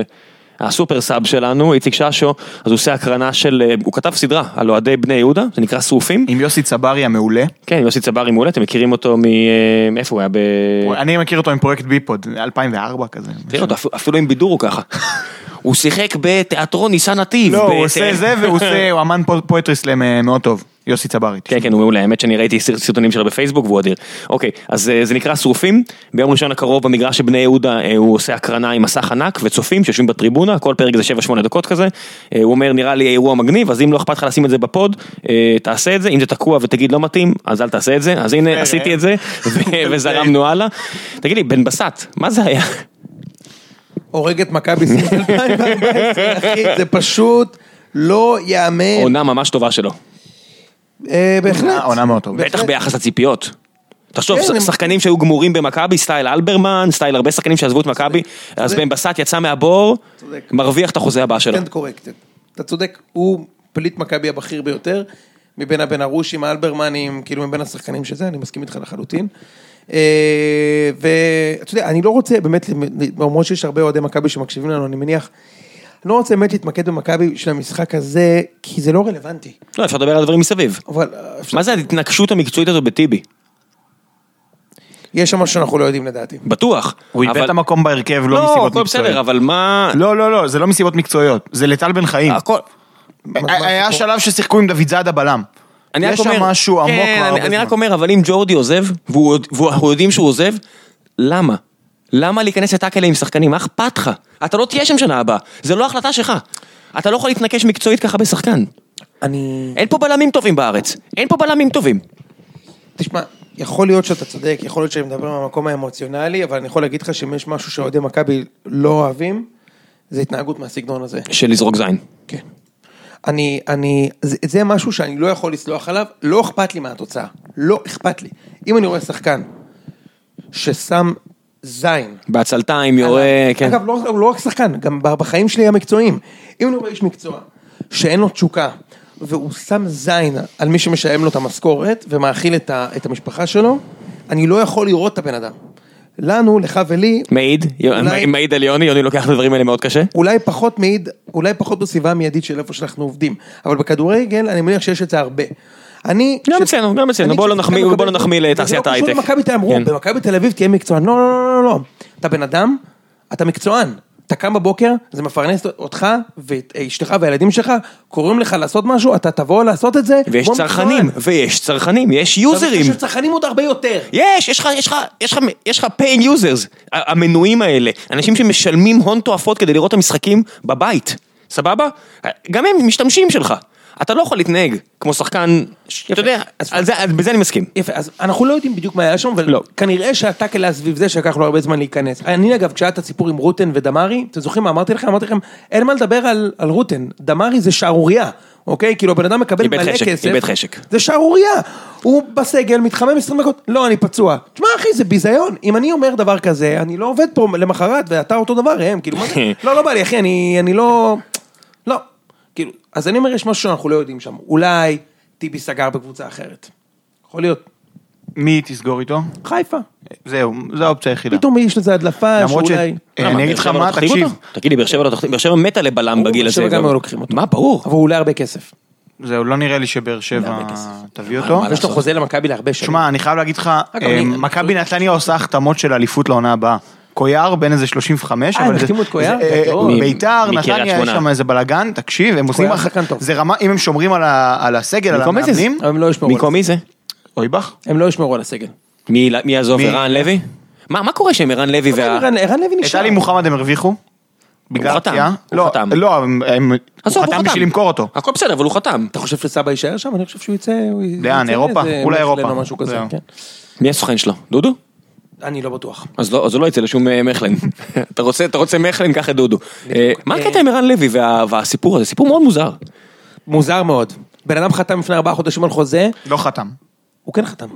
הסופר סאב שלנו, איציק ששו, אז הוא עושה הקרנה של, הוא כתב סדרה על אוהדי בני יהודה, זה נקרא שרופים. עם יוסי צברי המעולה. כן, יוסי צברי מעולה, אתם מכירים אותו מאיפה הוא היה אני מכיר אותו עם פרויקט ביפוד, 2004 כזה. תראה אותו, אפילו עם בידור הוא ככה. הוא שיחק בתיאטרון ניסן נתיב. לא, הוא עושה זה, הוא אמן פואטרי סלאם מאוד טוב. יוסי צברי. כן, הוא מעולה, האמת שאני ראיתי סרטונים שלו בפייסבוק והוא אדיר. אוקיי, אז זה נקרא שרופים, ביום ראשון הקרוב במגרש של בני יהודה הוא עושה הקרנה עם מסך ענק וצופים שיושבים בטריבונה, כל פרק זה 7-8 דקות כזה, הוא אומר נראה לי אירוע מגניב, אז אם לא אכפת לך לשים את זה בפוד, תעשה את זה, אם זה תקוע ותגיד לא מתאים, אז אל תעשה את זה, אז הנה עשיתי את זה, וזרמנו הלאה. תגיד לי, בן בסט, מה זה היה? הורג את מכבי 2014, אחי, זה פשוט לא יאמן. עונה ממש טובה שלו. בהחלט. עונה מאוד טוב. בטח ביחס לציפיות. תחשוב, כן, שחקנים שהיו גמורים במכבי, סטייל אלברמן, סטייל הרבה שחקנים שעזבו את מכבי, אז בן בסט יצא מהבור, מרוויח את החוזה הבא שלו. קורקט. אתה צודק, הוא פליט מכבי הבכיר ביותר, מבין הבן הרושי, האלברמנים, כאילו מבין השחקנים שזה, אני מסכים איתך לחלוטין. ואתה יודע, אני לא רוצה באמת, למרות שיש הרבה אוהדי מכבי שמקשיבים לנו, אני מניח, אני לא רוצה באמת להתמקד במכבי של המשחק הזה, כי זה לא רלוונטי. לא, אפשר לדבר על הדברים מסביב. מה זה ההתנגשות המקצועית הזאת בטיבי? יש שם משהו שאנחנו לא יודעים לדעתי. בטוח. הוא איבד את המקום בהרכב, לא מסיבות מקצועיות. לא, בסדר, אבל מה... לא, זה לא מסיבות מקצועיות, זה לטל בן חיים. היה שלב ששיחקו עם דוד זאדה בלם. יש שם משהו עמוק מהרבה זמן. אני רק אומר, אבל אם ג'ורדי עוזב, ואנחנו יודעים שהוא עוזב, למה? למה להיכנס לטאקל עם שחקנים? מה אכפת לך? אתה לא תהיה שם שנה הבאה, זה לא החלטה שלך. אתה לא יכול להתנקש מקצועית ככה בשחקן. אין פה בלמים טובים בארץ, אין פה בלמים טובים. תשמע, יכול להיות שאתה צודק, יכול להיות שאני מדבר מהמקום האמוציונלי, אבל אני יכול להגיד לך שאם יש משהו שאוהדי מכבי לא אוהבים, זה התנהגות מהסגנון הזה. של לזרוק זין. כן. זה משהו שאני לא יכול לסלוח עליו, לא אכפת לי מהתוצאה, לא אכפת לי. אם אני רואה שחקן ששם זין. בהצלתיים, יורה, כן. אגב, לא רק שחקן, גם בחיים שלי המקצועיים. אם אני רואה איש מקצוע שאין לו תשוקה, והוא שם זין על מי שמשלם לו את המשכורת, ומאכיל את המשפחה שלו, אני לא יכול לראות את הבן אדם. לנו, לך ולי... מעיד על יוני, יוני לוקח את הדברים האלה מאוד קשה. אולי פחות מעיד, אולי פחות בסביבה המיידית של איפה שאנחנו עובדים. אבל בכדורגל, אני מניח שיש את זה הרבה. גם אצלנו, בואו לא נחמיא לתעשיית ההייטק. במכבי תל אביב תהיה מקצוען. לא. אתה בן אדם, אתה מקצוען. אתה קם בבוקר, זה מפרנס אותך ואשתך והילדים שלך, קוראים לך לעשות משהו, אתה תבוא לעשות את זה. ויש צרכנים, יש יוזרים. יש צרכנים עוד הרבה יותר. יש לך paying users, המנויים האלה, אנשים שמשלמים הון תועפות כדי לראות את המשחקים בבית, סבבה? גם הם משתמשים שלך. אתה לא יכול להתנהג כמו שחקן, אתה יודע, בזה אני מסכים. יפה, אז אנחנו לא יודעים בדיוק מה היה שם, וכנראה שהטאקל היה סביב זה שלקח לו הרבה זמן להיכנס. אני אגב, כשהיה את הסיפור עם רוטן ודמרי, אתם זוכרים מה אמרתי לכם? אין מה לדבר על רוטן, דמרי זה שערוריה, אוקיי? כאילו הבן אדם מקבל מלא כסף. איבד חשק. זה שערוריה. הוא בסגל, מתחמם 20 דקות, לא, אני פצוע. תשמע אחי, זה ביזיון. אם אני אומר דבר כזה, אני לא עובד פה למחרת, ואתה אותו דבר, הם, כאילו, מה זה? לא בא לי, אחי, אני לא... כאילו, אז אני אומר, יש משהו שאנחנו לא יודעים שם. אולי טיבי סגר בקבוצה אחרת. יכול להיות. מי תסגור איתו? חיפה. זהו, זו האופציה היחידה. פתאום יש לזה הדלפה שאולי... אני אגיד לך מה, תקשיב. תגיד לי, באר שבע מתה לבלם בגיל הזה. באר שבע גם לא לוקחים אותו. מה, ברור. אבל הוא עולה הרבה כסף. זהו, לא נראה לי שבאר שבע תביא אותו. יש לו חוזה למכבי להרבה שנים. שמע, אני חייב להגיד לך, מכבי נתניה עושה החתמות של אליפות לעונה הבאה. קויאר בין איזה 35, אבל החתימו את קויאר? ביתר, נתניה, יש שם איזה בלגן, תקשיב, הם עושים, זה רמה, אם הם שומרים על הסגל, על המאמנים, במקום מי זה? אויבך? הם לא ישמרו על הסגל. מי יעזוב, ערן לוי? מה קורה שם ערן לוי ערן לוי נשאר. את עלי מוחמד הם הרוויחו? הוא חתם. לא, הוא חתם בשביל למכור אותו. הכל בסדר, אבל הוא חתם. אתה חושב שסבא יישאר שם? אני חושב שהוא יצא... לאן, אירופה? אולי אירופה. מי הסוכן שלו? דודו? אני לא בטוח. אז הוא לא יצא לשום מחלן. אתה רוצה מחלן, ככה דודו. מה הקטע עם ערן לוי והסיפור הזה? סיפור מאוד מוזר. מוזר מאוד. בן אדם חתם לפני 4 חודשים על חוזה. לא חתם. הוא כן חתם.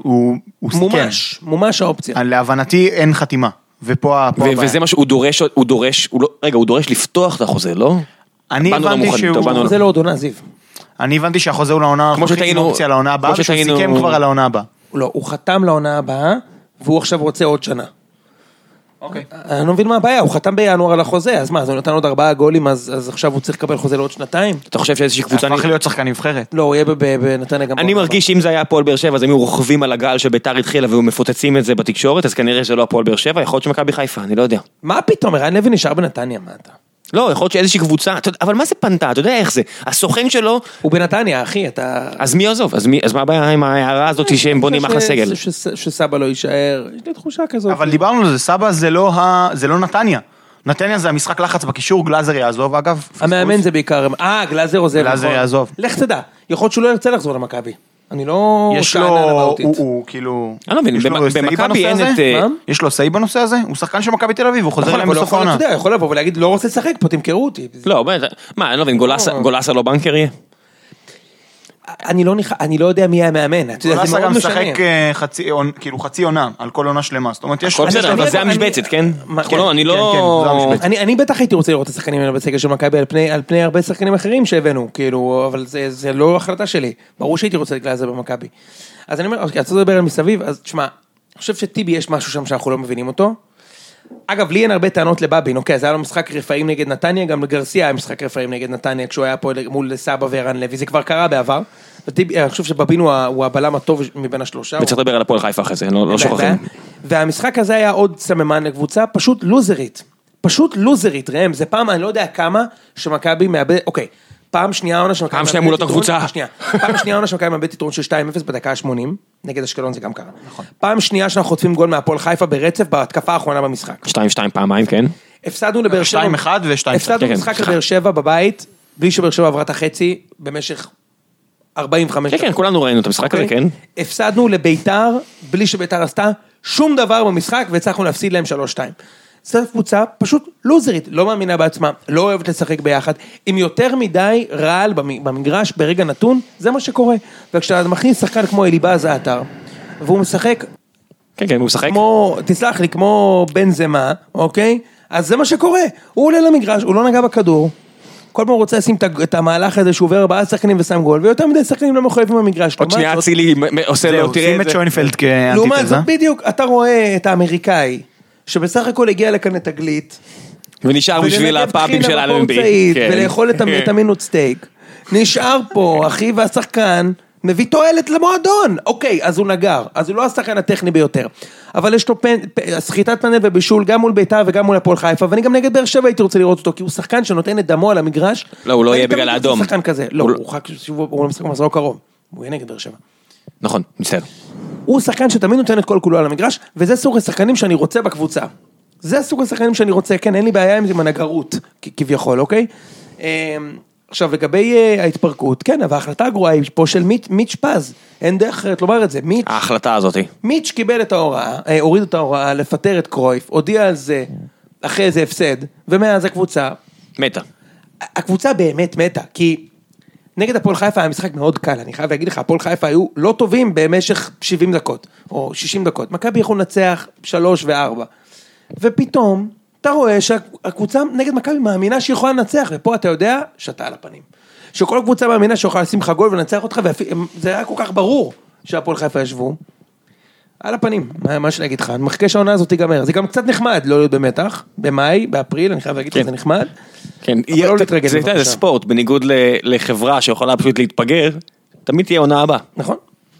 מומש האופציה. להבנתי אין חתימה. וזה מה שהוא דורש, הוא דורש לפתוח את החוזה, לא? אני הבנתי שהוא... זה לא עוד עונה, זיו. אני הבנתי שהחוזה הוא לעונה הבאה, ושהוא סיכם כבר על העונה הבאה. לא, הוא חתם לעונה הבאה, והוא עכשיו רוצה עוד שנה. אוקיי. אני לא מבין מה הבעיה, הוא חתם בינואר על החוזה, אז מה, אז הוא נתן עוד 4 גולים, אז עכשיו הוא צריך לקבל חוזה לעוד 2? אתה חושב שאיזושהי קבוצה... הפך להיות שחקן נבחרת. לא, הוא יהיה בנתניה גם... אני מרגיש שאם זה היה הפועל באר שבע, אז הם היו רוכבים על הגל שביתר התחילה, והיו מפוצצים את זה בתקשורת, אז כנראה שזה לא הפועל באר שבע, יכול להיות שמכבי חיפה, אני לא יודע. מה פתאום, ערן לוי נשאר בנתניה, מה אתה? לא, יכול להיות שאיזושהי קבוצה, אבל מה זה פנתה? אתה יודע איך זה? הסוכן שלו... הוא בנתניה, אחי, אתה... אז מי יעזוב? אז מה הבעיה עם ההערה הזאת שהם בונים אחלה סגל? שסבא לא יישאר, יש לי תחושה כזאת. אבל דיברנו על זה, סבא זה לא נתניה. נתניה זה המשחק לחץ בקישור, גלאזר יעזוב אגב. המאמן זה בעיקר... גלאזר עוזב. גלאזר יעזוב. לך תדע, יכול להיות שהוא לא ירצה לחזור למכבי. אני לא... יש לו... הוא כאילו... אני לא מבין, במכבי אין את... יש לו סי בנושא הזה? הוא שחקן של מכבי תל אביב, הוא חוזר להם בסוף העונה. אתה יודע, יכול לבוא ולהגיד, לא רוצה לשחק פה, תמכרו אותי. לא, מה, אני לא מבין, גולאסה לא בנקר יהיה? אני לא יודע מי המאמן, אתה יודע, זה גולסה מאוד גם משנה. משחק כאילו חצי עונה, על כל עונה שלמה, זאת אומרת, יש... בסדר, אבל זה המשבצת, כן? אני כן, זו המשבצת. אני בטח הייתי רוצה לראות את השחקנים האלה בסגל של מכבי על פני הרבה שחקנים אחרים שהבאנו, כאילו, אבל זה לא החלטה שלי, ברור שהייתי רוצה לקלע זה במכבי. אז אני אומר, אוקיי, אתה לדבר על מסביב, אז תשמע, אני חושב שטיבי יש משהו שם שאנחנו לא מבינים אותו. אגב, לי אין הרבה טענות לבבין, אוקיי, אז היה לו משחק רפאים נגד נתניה, גם לגרסיה היה משחק רפאים נגד נתניה, כשהוא היה פה מול סבא וערן לוי, זה כבר קרה בעבר. אני חושב שבבין הוא הבלם הטוב מבין השלושה. וצריך לדבר על הפועל חיפה אחרי זה, לא שוכחים. והמשחק הזה היה עוד סממן לקבוצה, פשוט לוזרית, ראם, זה פעם, אני לא יודע כמה, שמכבי מאבד, אוקיי, פעם שנייה עונה שמכבי פעם שנייה מול אותה קבוצה. פעם שנייה עונה שמכבי מאבד יתרון של 2-0 בדקה ה-80, נגד אשקלון זה גם קרה. פעם שנייה שאנחנו חוטפים גול מהפועל חיפה ברצף, בהתקפה האחרונה במשחק. 2-2 פעמיים, כן. הפסדנו לבאר שבע. 2-1 ו-2-2. הפסדנו משחק לבאר שבע בבית, בלי שבאר שבע עברה את החצי, במשך 45 כן, כולנו ראינו את המשחק הזה, כן. הפסדנו לביתר, בלי שביתר עשתה שום דבר במשחק, והצלחנו להפסיד להם 3-2. זאת קבוצה פשוט לוזרית, לא מאמינה בעצמה, לא אוהבת לשחק ביחד, עם יותר מדי רעל במגרש ברגע נתון, זה מה שקורה. וכשאתה מכניס שחקן כמו אליבאז האתר, והוא משחק, כן, הוא משחק. תסלח לי, כמו בן זמה, אוקיי? אז זה מה שקורה, הוא עולה למגרש, הוא לא נגע בכדור, כל פעם הוא רוצה לשים את המהלך הזה שהוא עובר 4 שחקנים ושם גול, ויותר מדי שחקנים לא מחויבים במגרש. עוד שנייה צילי עושה לו, עושים את שוינפלד כאנטיתזה. לעומת זאת, בדיוק, אתה רואה את האמריקאי, שבסך הכל הגיע לכאן לתגלית, ונשאר בשביל הפאבים של אלנבי. ולאכול את המינות סטייק. נשאר פה, אחי והשחקן, מביא תועלת למועדון. אוקיי, אז הוא נגר, אז הוא לא השחקן הטכני ביותר. אבל יש לו סחיטת פנדל ובישול, גם מול ביתר וגם מול הפועל חיפה, ואני גם נגד באר שבע הייתי רוצה לראות אותו, כי הוא שחקן שנותן את דמו על המגרש. לא, הוא לא יהיה בגלל האדום. הוא שחקן כזה. לא, הוא משחק במחזור קרוב. הוא יהיה נגד באר שבע. נכון, מצטער. הוא שחקן שתמיד נותן את כל כולו על המגרש, וזה סוג השחקנים שאני רוצה בקבוצה. זה סוג השחקנים שאני רוצה, כן, אין לי בעיה עם זה מנגרות, כביכול, אוקיי? עכשיו, לגבי ההתפרקות, כן, אבל ההחלטה הגרועה היא פה של מיץ' פז, אין דרך אחרת לומר את זה, ההחלטה הזאת. מיץ' קיבל את ההוראה, הוריד את ההוראה, לפטר את קרויף, הודיע על זה, אחרי זה הפסד, ומאז הקבוצה, מתה. הקבוצה באמת מתה, כי נגד הפועל חיפה היה משחק מאוד קל, אני חייב להגיד לך, הפועל חיפה היו לא טובים במשך 70 דקות, או 60 דקות, מכבי יכול לנצח 3 ו4, ופתאום, אתה רואה שהקבוצה נגד מכבי מאמינה שהיא יכולה לנצח, ופה אתה יודע שאתה על הפנים. שכל הקבוצה מאמינה שיכולה לשים לך גול ולנצח אותך, וזה היה כל כך ברור שהפועל חיפה ישבו. על הפנים, מה שאני אגיד לך, אני מחכה שהעונה הזאת תיגמר, זה גם קצת נחמד, לא להיות במתח, במאי, באפריל, אני חייב להגיד לך, זה נחמד. כן, זה ספורט, בניגוד לחברה שיכולה פשוט להתפגר, תמיד תהיה עונה הבאה. נכון.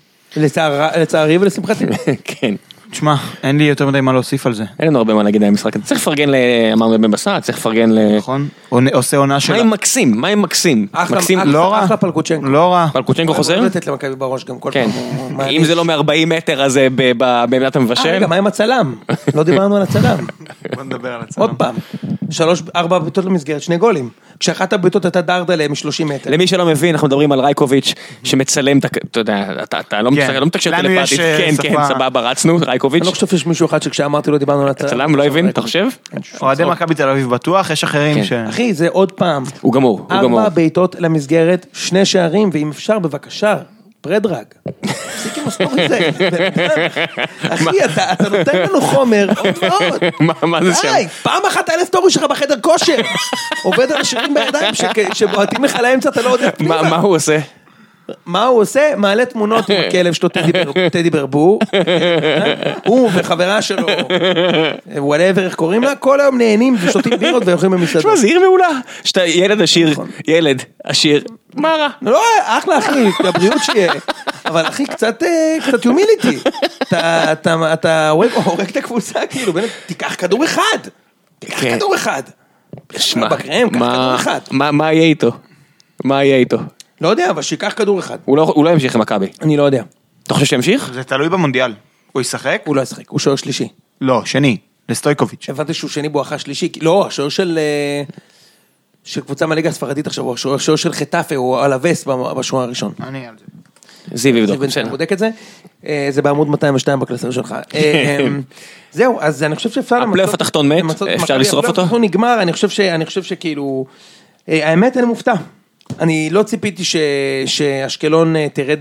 לצערי ולשמחתי. כן. תשמע, אין לי יותר מדי מה להוסיף על זה. אין לנו הרבה מה להגיד על המשחק. צריך לפרגן לאמרנו בן בסט, צריך לפרגן נכון. עושה עונה שלה. מה עם מקסים? אחלה פלקוצ'נקו. לא רע. פלקוצ'נקו חוזר? אני לתת למכבי בראש גם כל פעם. אם זה לא מ-40 מטר, אז בעמדת המבשל. רגע, מה עם הצלם? לא דיברנו על הצלם. בוא נדבר על הצלם. עוד פעם. 4 בעיטות למסגרת, 2 גולים. כשאחת הבעיטות הייתה דרדלה מ-30 מטר. למי שלא מבין, אנחנו מדברים על רייקוביץ' שמצלם, אתה יודע, אתה לא מתקשר טלפתית. כן, כן, סבבה, רצנו, רייקוביץ'. אני לא חושב שיש מישהו אחד שכשאמרתי לו דיברנו על הצלם. הצלם לא הבין, אתה חושב? אוהדי מכבי תל אביב בטוח, יש אחרים ש... אחי, זה עוד פעם. הוא גמור. 4 בעיטות למסגרת, 2 שערים, ואם אפשר, בבקשה, פרדרג. תפסיק עם הסטורי זה. אחי, אתה נותן לנו חומר, עוד ועוד. מה זה שם? פעם אחת היה סטורי שלך בחדר כושר. עובד על השירים בידיים שבועטים לך לאמצע, אתה לא יודע פנימה. מה הוא עושה? מה הוא עושה? מעלה תמונות עם הכלב שלו, טדי ברבור. הוא וחברה שלו, whatever, איך קוראים לה, כל היום נהנים ושותים בירות ויוכלים במסעדות. שמה, זה עיר מעולה. שאתה ילד עשיר, מה רע? לא, אחלה אחי, הבריאות שיהיה. אבל אחי, קצת יומיליטי. אתה הורג את הקבוצה, כאילו, תיקח כדור אחד. תיקח כדור אחד. שמע, כדור אחד. מה יהיה איתו? מה יהיה איתו? לא יודע, אבל שיקח כדור אחד. הוא לא ימשיך למכבי. אני לא יודע. אתה חושב שימשיך? זה תלוי במונדיאל. הוא ישחק? הוא לא ישחק, הוא שוער שלישי. לא, שני, לסטויקוביץ'. הבנתי שהוא שני בואכה שלישי. לא, השוער של קבוצה מהליגה הספרדית עכשיו, השוער של חטאפה, הוא על הווסט בשוער הראשון. אני על זה. זיו יבדוק. אני בודק את זה. זה בעמוד 202 בקלסר שלך. זהו, אז אני חושב שאפשר... הפלייאוף התחתון מת, אפשר לשרוף אותו? הפלייאוף התחתון נגמר, אני חושב שכאילו... האמת, אני מופתע. אני לא ציפיתי שאשקלון תרד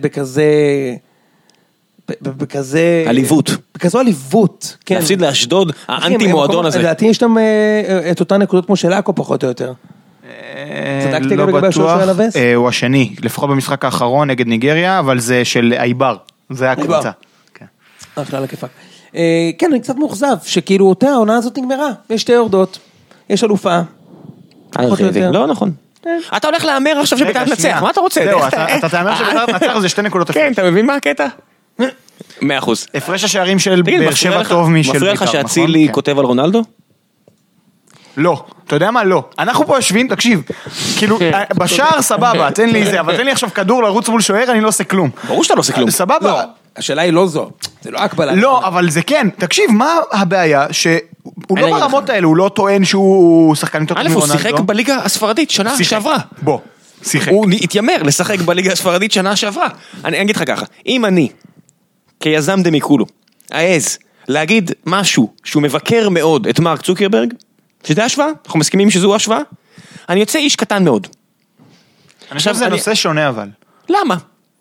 בכזה... עליבות. בכזו עליבות, כן. להפסיד לאשדוד, האנטי מועדון הזה. לדעתי יש שם את אותן נקודות כמו של אקו פחות או יותר. צדקתי לא גם לגבי השוער של בטוח, אלווס? הוא השני, לפחות במשחק האחרון נגד ניגריה, אבל זה של אייבר, זה הקבוצה. כן. אחלה לכיפה. כן, אני קצת מאוכזב, שכאילו אותה העונה הזאת נגמרה, יש שתי יורדות, יש אלופה. פחות או יותר. לא נכון. אתה הולך להאמר עכשיו שביתר תנצח, מה אתה רוצה? זהו, אתה תאמר שביתר תנצח זה 2 נקודות הפרש. כן, אתה מבין מה הקטע? 100%. הפרש השערים של באר שבע טוב משל ביתר, מפריע לך שאצילי כן. כותב על רונלדו? לא, אתה יודע מה? לא. אנחנו פה יושבים, תקשיב, כאילו, בשער סבבה, תן לי זה, אבל תן לי עכשיו כדור לרוץ מול שוער, אני לא עושה כלום. ברור שאתה לא עושה כלום. לא, סבבה. השאלה היא לא זו, זה לא הקבלה. לא, אבל זה כן, תקשיב, מה הבעיה? שהוא אני לא אגיד ברמות לך. האלה, הוא לא טוען שהוא שחקן יותר טוב א', הוא מרונלדו. שיחק בליגה הספרדית שנה שעברה. בוא, שיחק. הוא התיימר לשחק בליגה הספרדית שנה שעברה. אני אגיד לך ככה, אם אני, כיזם דמיקולו, העז להגיד משהו שהוא מבקר מאוד את מרק צוקרברג, שזה השוואה, אנחנו מסכימים שזו השוואה, אני יוצא איש קטן מאוד. אני חושב שזה נושא שונה אבל. למה?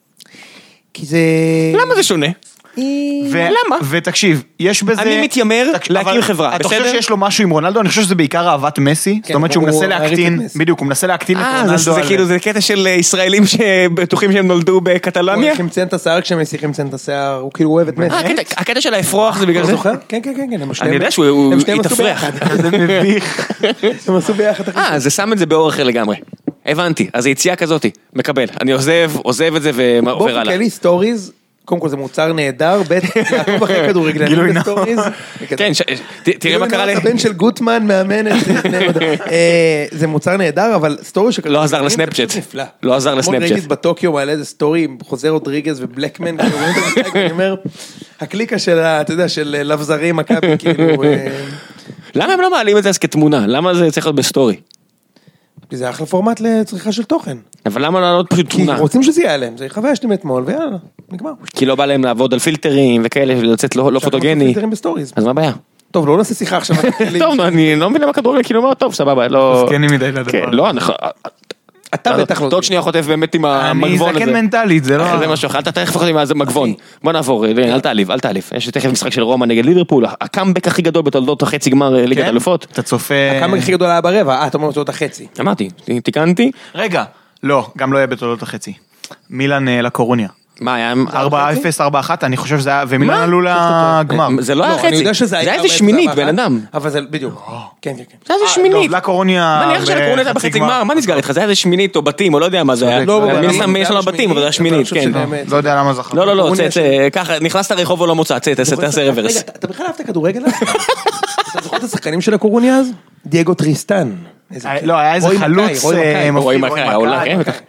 כי זה... למה זה שונה? למה? ותקשיב, יש בזה... אני מתיימר להקים אבל חברה, אתה בסדר? חושב שיש לו משהו עם רונלדו? אני חושב שזה בעיקר אהבת מסי, זאת אומרת שהוא הוא מנסה העריץ להקטין, את מסי. בדיוק, הוא מנסה להקטין את רונלדו. זה כאילו, זה קטע של ישראלים שבטוחים שהם נולדו בקטלוניה? הוא חמצן את השיער כשהם מסיכים את השיער, הוא כאילו אוהב את מסי. הקטע של האפרוח זה בגלל אתה זה? זוכר? כן, כן, כן, הם אני יודע שהוא התאפרח. זה מביך. הם עשו ביחד. זה שם את זה באור אחר לגמרי. הבנתי, אז זה יציאה כזאת, מקבל. אני עוזב את זה ועובר באופן הלאה. כללי סטוריז, קודם כל זה מוצר נהדר, יעקב אחרי כדורגלנים בסטוריז. כן, תראה מה קרה לי. הבן של גוטמן מאמן את בני יהודה. זה מוצר נהדר, אבל סטורי שכדורגלנים לא עזר לסנאפצ'אט. לא עזר לסנאפצ'אט. ראיתי בטוקיו מעלה איזה סטורי עם חוזה רודריגז ובלקמן, אני אומר, הקליקה של, אתה יודע, של לבזרים, מכבי, כאילו... למה הם לא מעלים את זה אז כתמונה? למה זה צריך להיות בסטורי? כי זה אחלה פורמט לצריכה של תוכן. אבל למה לא לעלות פשוט כי תמונה? רוצים שזה יהיה עליהם, זה חוויה שלי מאתמול, ויאללה, נגמר. כי לא בא להם לעבוד על פילטרים וכאלה, ולצאת לא פוטוגני. פילטרים בסטוריז. אז מה הבעיה? טוב, לא נעשה שיחה עכשיו. טוב, אני לא מבין למה כדורגל, כאילו מה טוב, סבבה, לא... זקני מדי לדבר. כן, לא, אתה בטח לא... עוד שנייה חוטף באמת עם אני המגבון הזה. זקן מנטלית, זה לא... זה משהו אחר, אתה תכף חוטף עם המגבון. בוא נעבור, אל תעליב. יש תכף משחק של רומא נגד ליברפול, הקאמבק הכי גדול בתולדות החצי גמר ליגת אלופות. אתה צופה... כמה הכי גדול היה ברבע? אתה אומר אותו החצי. אמרתי, תיקנתי. רגע, לא, גם לא יהיה בתולדות החצי. מילאן לקורוניה. מה היה? 4-0, 4-1, אני חושב שזה היה, ומילאן עלו לגמר. זה לא היה אני חצי. יודע שזה זה היה היה איזה שמינית, בן אדם. אבל זה בדיוק. כן, כן, כן. זה היה איזה שמינית. לקורוניה... מה נראה שלקורוניה הייתה בחצי גמר? מה נסגר איתך? זה היה איזה שמינית או בתים, או לא יודע מה זה היה. מן הסתם יש לנו בתים, אבל זה היה שמינית, כן. לא יודע למה זכר. לא, ככה, נכנסת לרחוב או לא מוצא, תעשה רוורס. רגע, אתה בכלל אהבת כדורגל? אתה זוכר את השחקנים של הקורוניה אז? דייגו טריסטן. לא, היה איזה חלוץ... רועי מקאי, העולם, כן.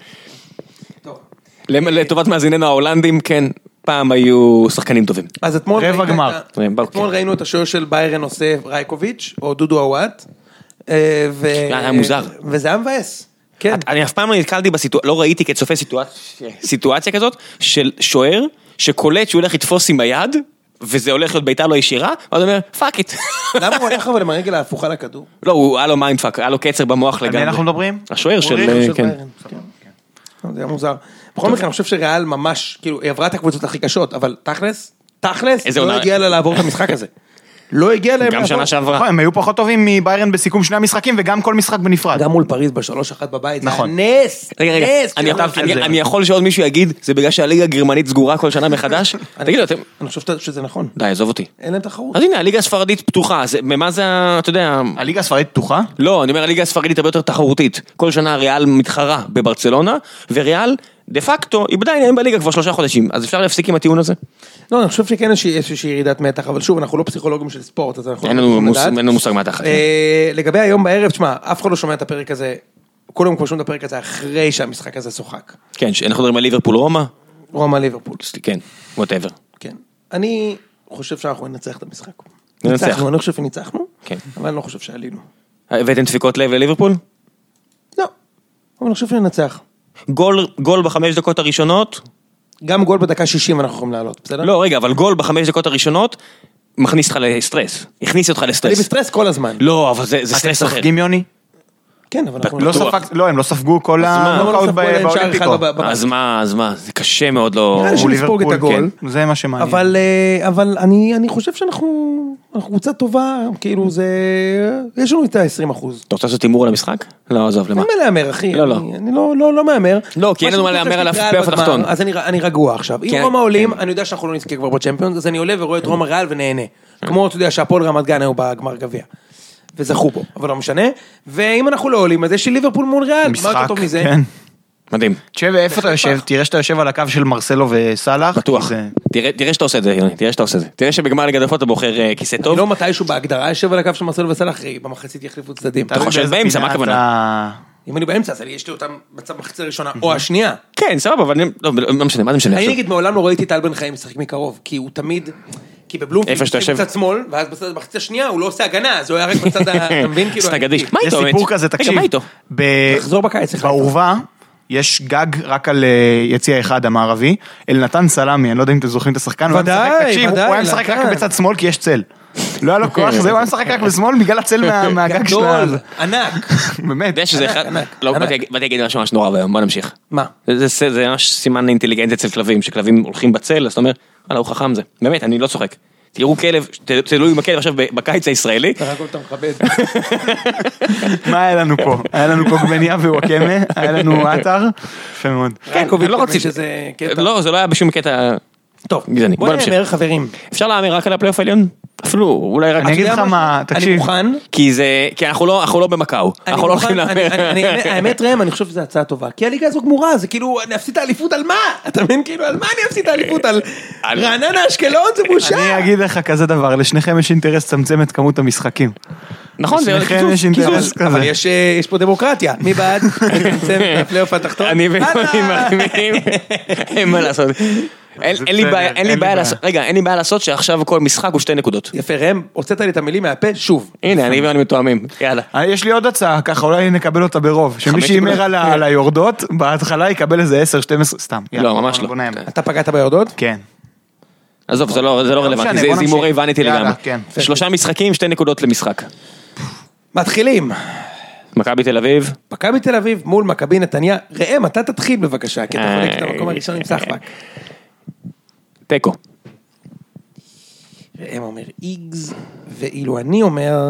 לטובת מאזיננו ההולנדים, כן, פעם היו שחקנים טובים. אז אתמול רבע גמר. אתמול ראינו את השוער של ביירן עושה רייקוביץ' או דודו אוואט. היה מוזר. וזה היה מבאס. כן. אני אף פעם לא נתקלתי לא ראיתי כצופה סיטואציה כזאת של שוער שקולט שהוא הולך לתפוס עם היד וזה הולך להיות ביתה לא ישירה, ואז הוא אומר, פאק איט. למה הוא הולך אבל עם הרגל ההפוכה לכדור? לא, הוא היה לו מיינדפאק, היה לו קצר במוח לגמרי. על מי אנחנו מדברים? השוער של... כן. זה היה מוזר. בכל מקרה, אני חושב שריאל ממש, כאילו, היא עברה את הקבוצות הכי קשות, אבל תכלס, לא הגיע לה לעבור את המשחק הזה. לא הגיע להם גם שנה שעברה. הם היו פחות טובים מביירן בסיכום שני המשחקים, וגם כל משחק בנפרד. גם מול פריז ב3-1 בבית, זה היה נכון. נס. רגע, אני יכול שעוד מישהו יגיד, זה בגלל שהליגה הגרמנית סגורה כל שנה מחדש? תגידו, אתם... אני חושב שזה נכון. די, עזוב אותי. אין להם תחרות. אז הנה, הליגה הספרדית פתוחה, ממה זה, אתה יודע... הליגה הספרדית פתוחה? לא, אני אומר, הליגה הספרדית הרבה יותר תחרותית. כל שנה ריאל מתחרה בברצלונה, וריאל, דה פקטו, היא עדיין בליגה כבר 3 חודשים, אז אפשר להפסיק עם הטיעון הזה? לא, אני חושב שכן יש איזושהי ירידת מתח, אבל שוב, אנחנו לא פסיכולוגים של ספורט, אז אנחנו... אין לנו מושג מתח. לגבי היום בערב, תשמע, אף אחד לא שומע את הפרק הזה, כולם כבר שומעים את הפרק הזה אחרי שהמשחק הזה שוחק. כן, אנחנו מדברים על ליברפול רומא? רומא ליברפול. כן, whatever. כן. אני חושב שאנחנו ננצח את המשחק. ננצח. אני חושב שניצחנו, כן. אבל אני לא חושב שעלינו. הבאתם דפיקות לב לליברפול? לא, אבל אני חושב שננצח. גול ב5 דקות הראשונות? גם גול בדקה 60 אנחנו יכולים לעלות, בסדר? לא, רגע, אבל גול ב5 דקות הראשונות מכניס אותך לסטרס. הכניס אותך אני לסטרס. בסטרס כל הזמן. לא, אבל זה סטרס אחר. אתם יוני? כן, אבל אנחנו לא, הם לא ספגו כל הנוקאוט באולימפיקו. אז מה, זה קשה מאוד לא... נראה לי שנספוג את הגול. זה מה שמעניין. אבל אני חושב שאנחנו קבוצה טובה, כאילו זה... יש לנו את ה-20%. אתה רוצה לעשות הימור על המשחק? לא, עזוב, למה? אין מה להמר, אחי. לא. אני לא מהמר. לא, כי אין לנו מה להמר על הפלייאוף התחתון. אז אני רגוע עכשיו. אם רומא עולים, אני יודע שאנחנו לא נזכה כבר בצ'מפיונס, אז אני עולה ורואה את רומא ריאל ונהנה. כמו, אתה יודע, שהפועל רמת גן היו בגמר גביע. וזכו בו, אבל לא משנה. ואם אנחנו לא עולים, אז יש לי ליברפול מול ריאל. מה יותר טוב מזה? כן. מדהים. תשב, איפה אתה יושב? תראה שאתה יושב על הקו של מרסלו וסלאח. בטוח. תראה שאתה עושה את זה, יוני. תראה שבגמר ליגת האלופות אתה בוחר כיסא טוב. לא מתישהו בהגדרה יושב על הקו של מרסלו וסלאח, במחצית יחליפו צדדים. אתה חושב באמצע, מה הכוונה? אם אני באמצע, אז יש לי אותם בצד מחצית הראשונה או השנייה. כן, סבבה, אבל לא משנה, מה זה משנה? אני נגיד מעולם לא ראיתי את טל בן חיים משחק מקרוב, כי הוא תמיד, כי בבלומפילד הוא בצד שמאל, ואז בחצית השנייה הוא לא עושה הגנה, אז הוא היה רק בצד, אתה מבין? סטגדיש. מה יש איתו? סיפור כזה, תקשיב. מה איתו? תחזור בקיץ. בעורבה יש גג רק על יציע אחד המערבי, אלנתן סלמי, אני לא יודע אם אתם זוכרים את השחקן, הוא היה משחק רק בצד שמאל כי יש צל. לא היה לו כוח, הוא היה משחק רק בשמאל בגלל הצל מהגג שלה. גדול, ענק. באמת. לא, באתי להגיד משהו ממש נורא והיום, בוא נמשיך. מה? זה ממש סימן אינטליגנציה אצל כלבים, שכלבים הולכים בצל, אז אתה אומר, הוא חכם זה. באמת, אני לא צוחק. תראו כלב, תלוי עם הכלב עכשיו בקיץ הישראלי. אתה רק אותם מכבד. מה היה לנו פה? היה לנו פה גבניה ווואקמה, היה לנו אתר, יפה מאוד. כן, לא רציתי שזה קטע. לא, זה לא היה בשום קטע טוב, גזעני. בוא נאמר חברים. אפשר להאמר רק על הפלייאוף העליון? אפילו, אולי רק... אני אגיד לך מה, תקשיב. אני מוכן. כי אנחנו לא במקאו. אנחנו לא הולכים להאמר. האמת ראם, אני חושב שזו הצעה טובה. כי הליגה הזו גמורה, זה כאילו, אני אפסיד את האליפות על מה? אתה מבין כאילו, על מה אני אפסיד את האליפות? על רעננה אשקלון, זה בושה. אני אגיד לך כזה דבר, לשניכם יש אינטרס לצמצם את כמות המשחקים. נכון, זה לשניכם יש אינטרס כזה. אבל יש פה דמוקרטיה. מי בעד? אני נמצא בפלייאוף התחתון. אני ויוני מאמינים. אין מה לעשות. אין לי בעיה לעשות שעכשיו כל משחק הוא 2 נקודות. יפה ראם, הוצאת לי את המילים מהפה, שוב. הנה, אני ואני מתואמים, יאללה. יש לי עוד הצעה, ככה אולי נקבל אותה ברוב. שמי שימר על היורדות, בהתחלה יקבל איזה 10-12, סתם. לא, ממש לא. אתה פגעת ביורדות? כן. עזוב, זה לא רלוונטי, זה הימורי ואניתי לגמרי. 3 משחקים, 2 נקודות למשחק. מתחילים. מכבי תל אביב. מכבי תל אביב מול מכבי נתניה. ראם, אתה תתחיל בבקשה, כי אתה חולק את המקום הראשון עם סחבק. תיקו. ראם אומר איגז, ואילו אני אומר...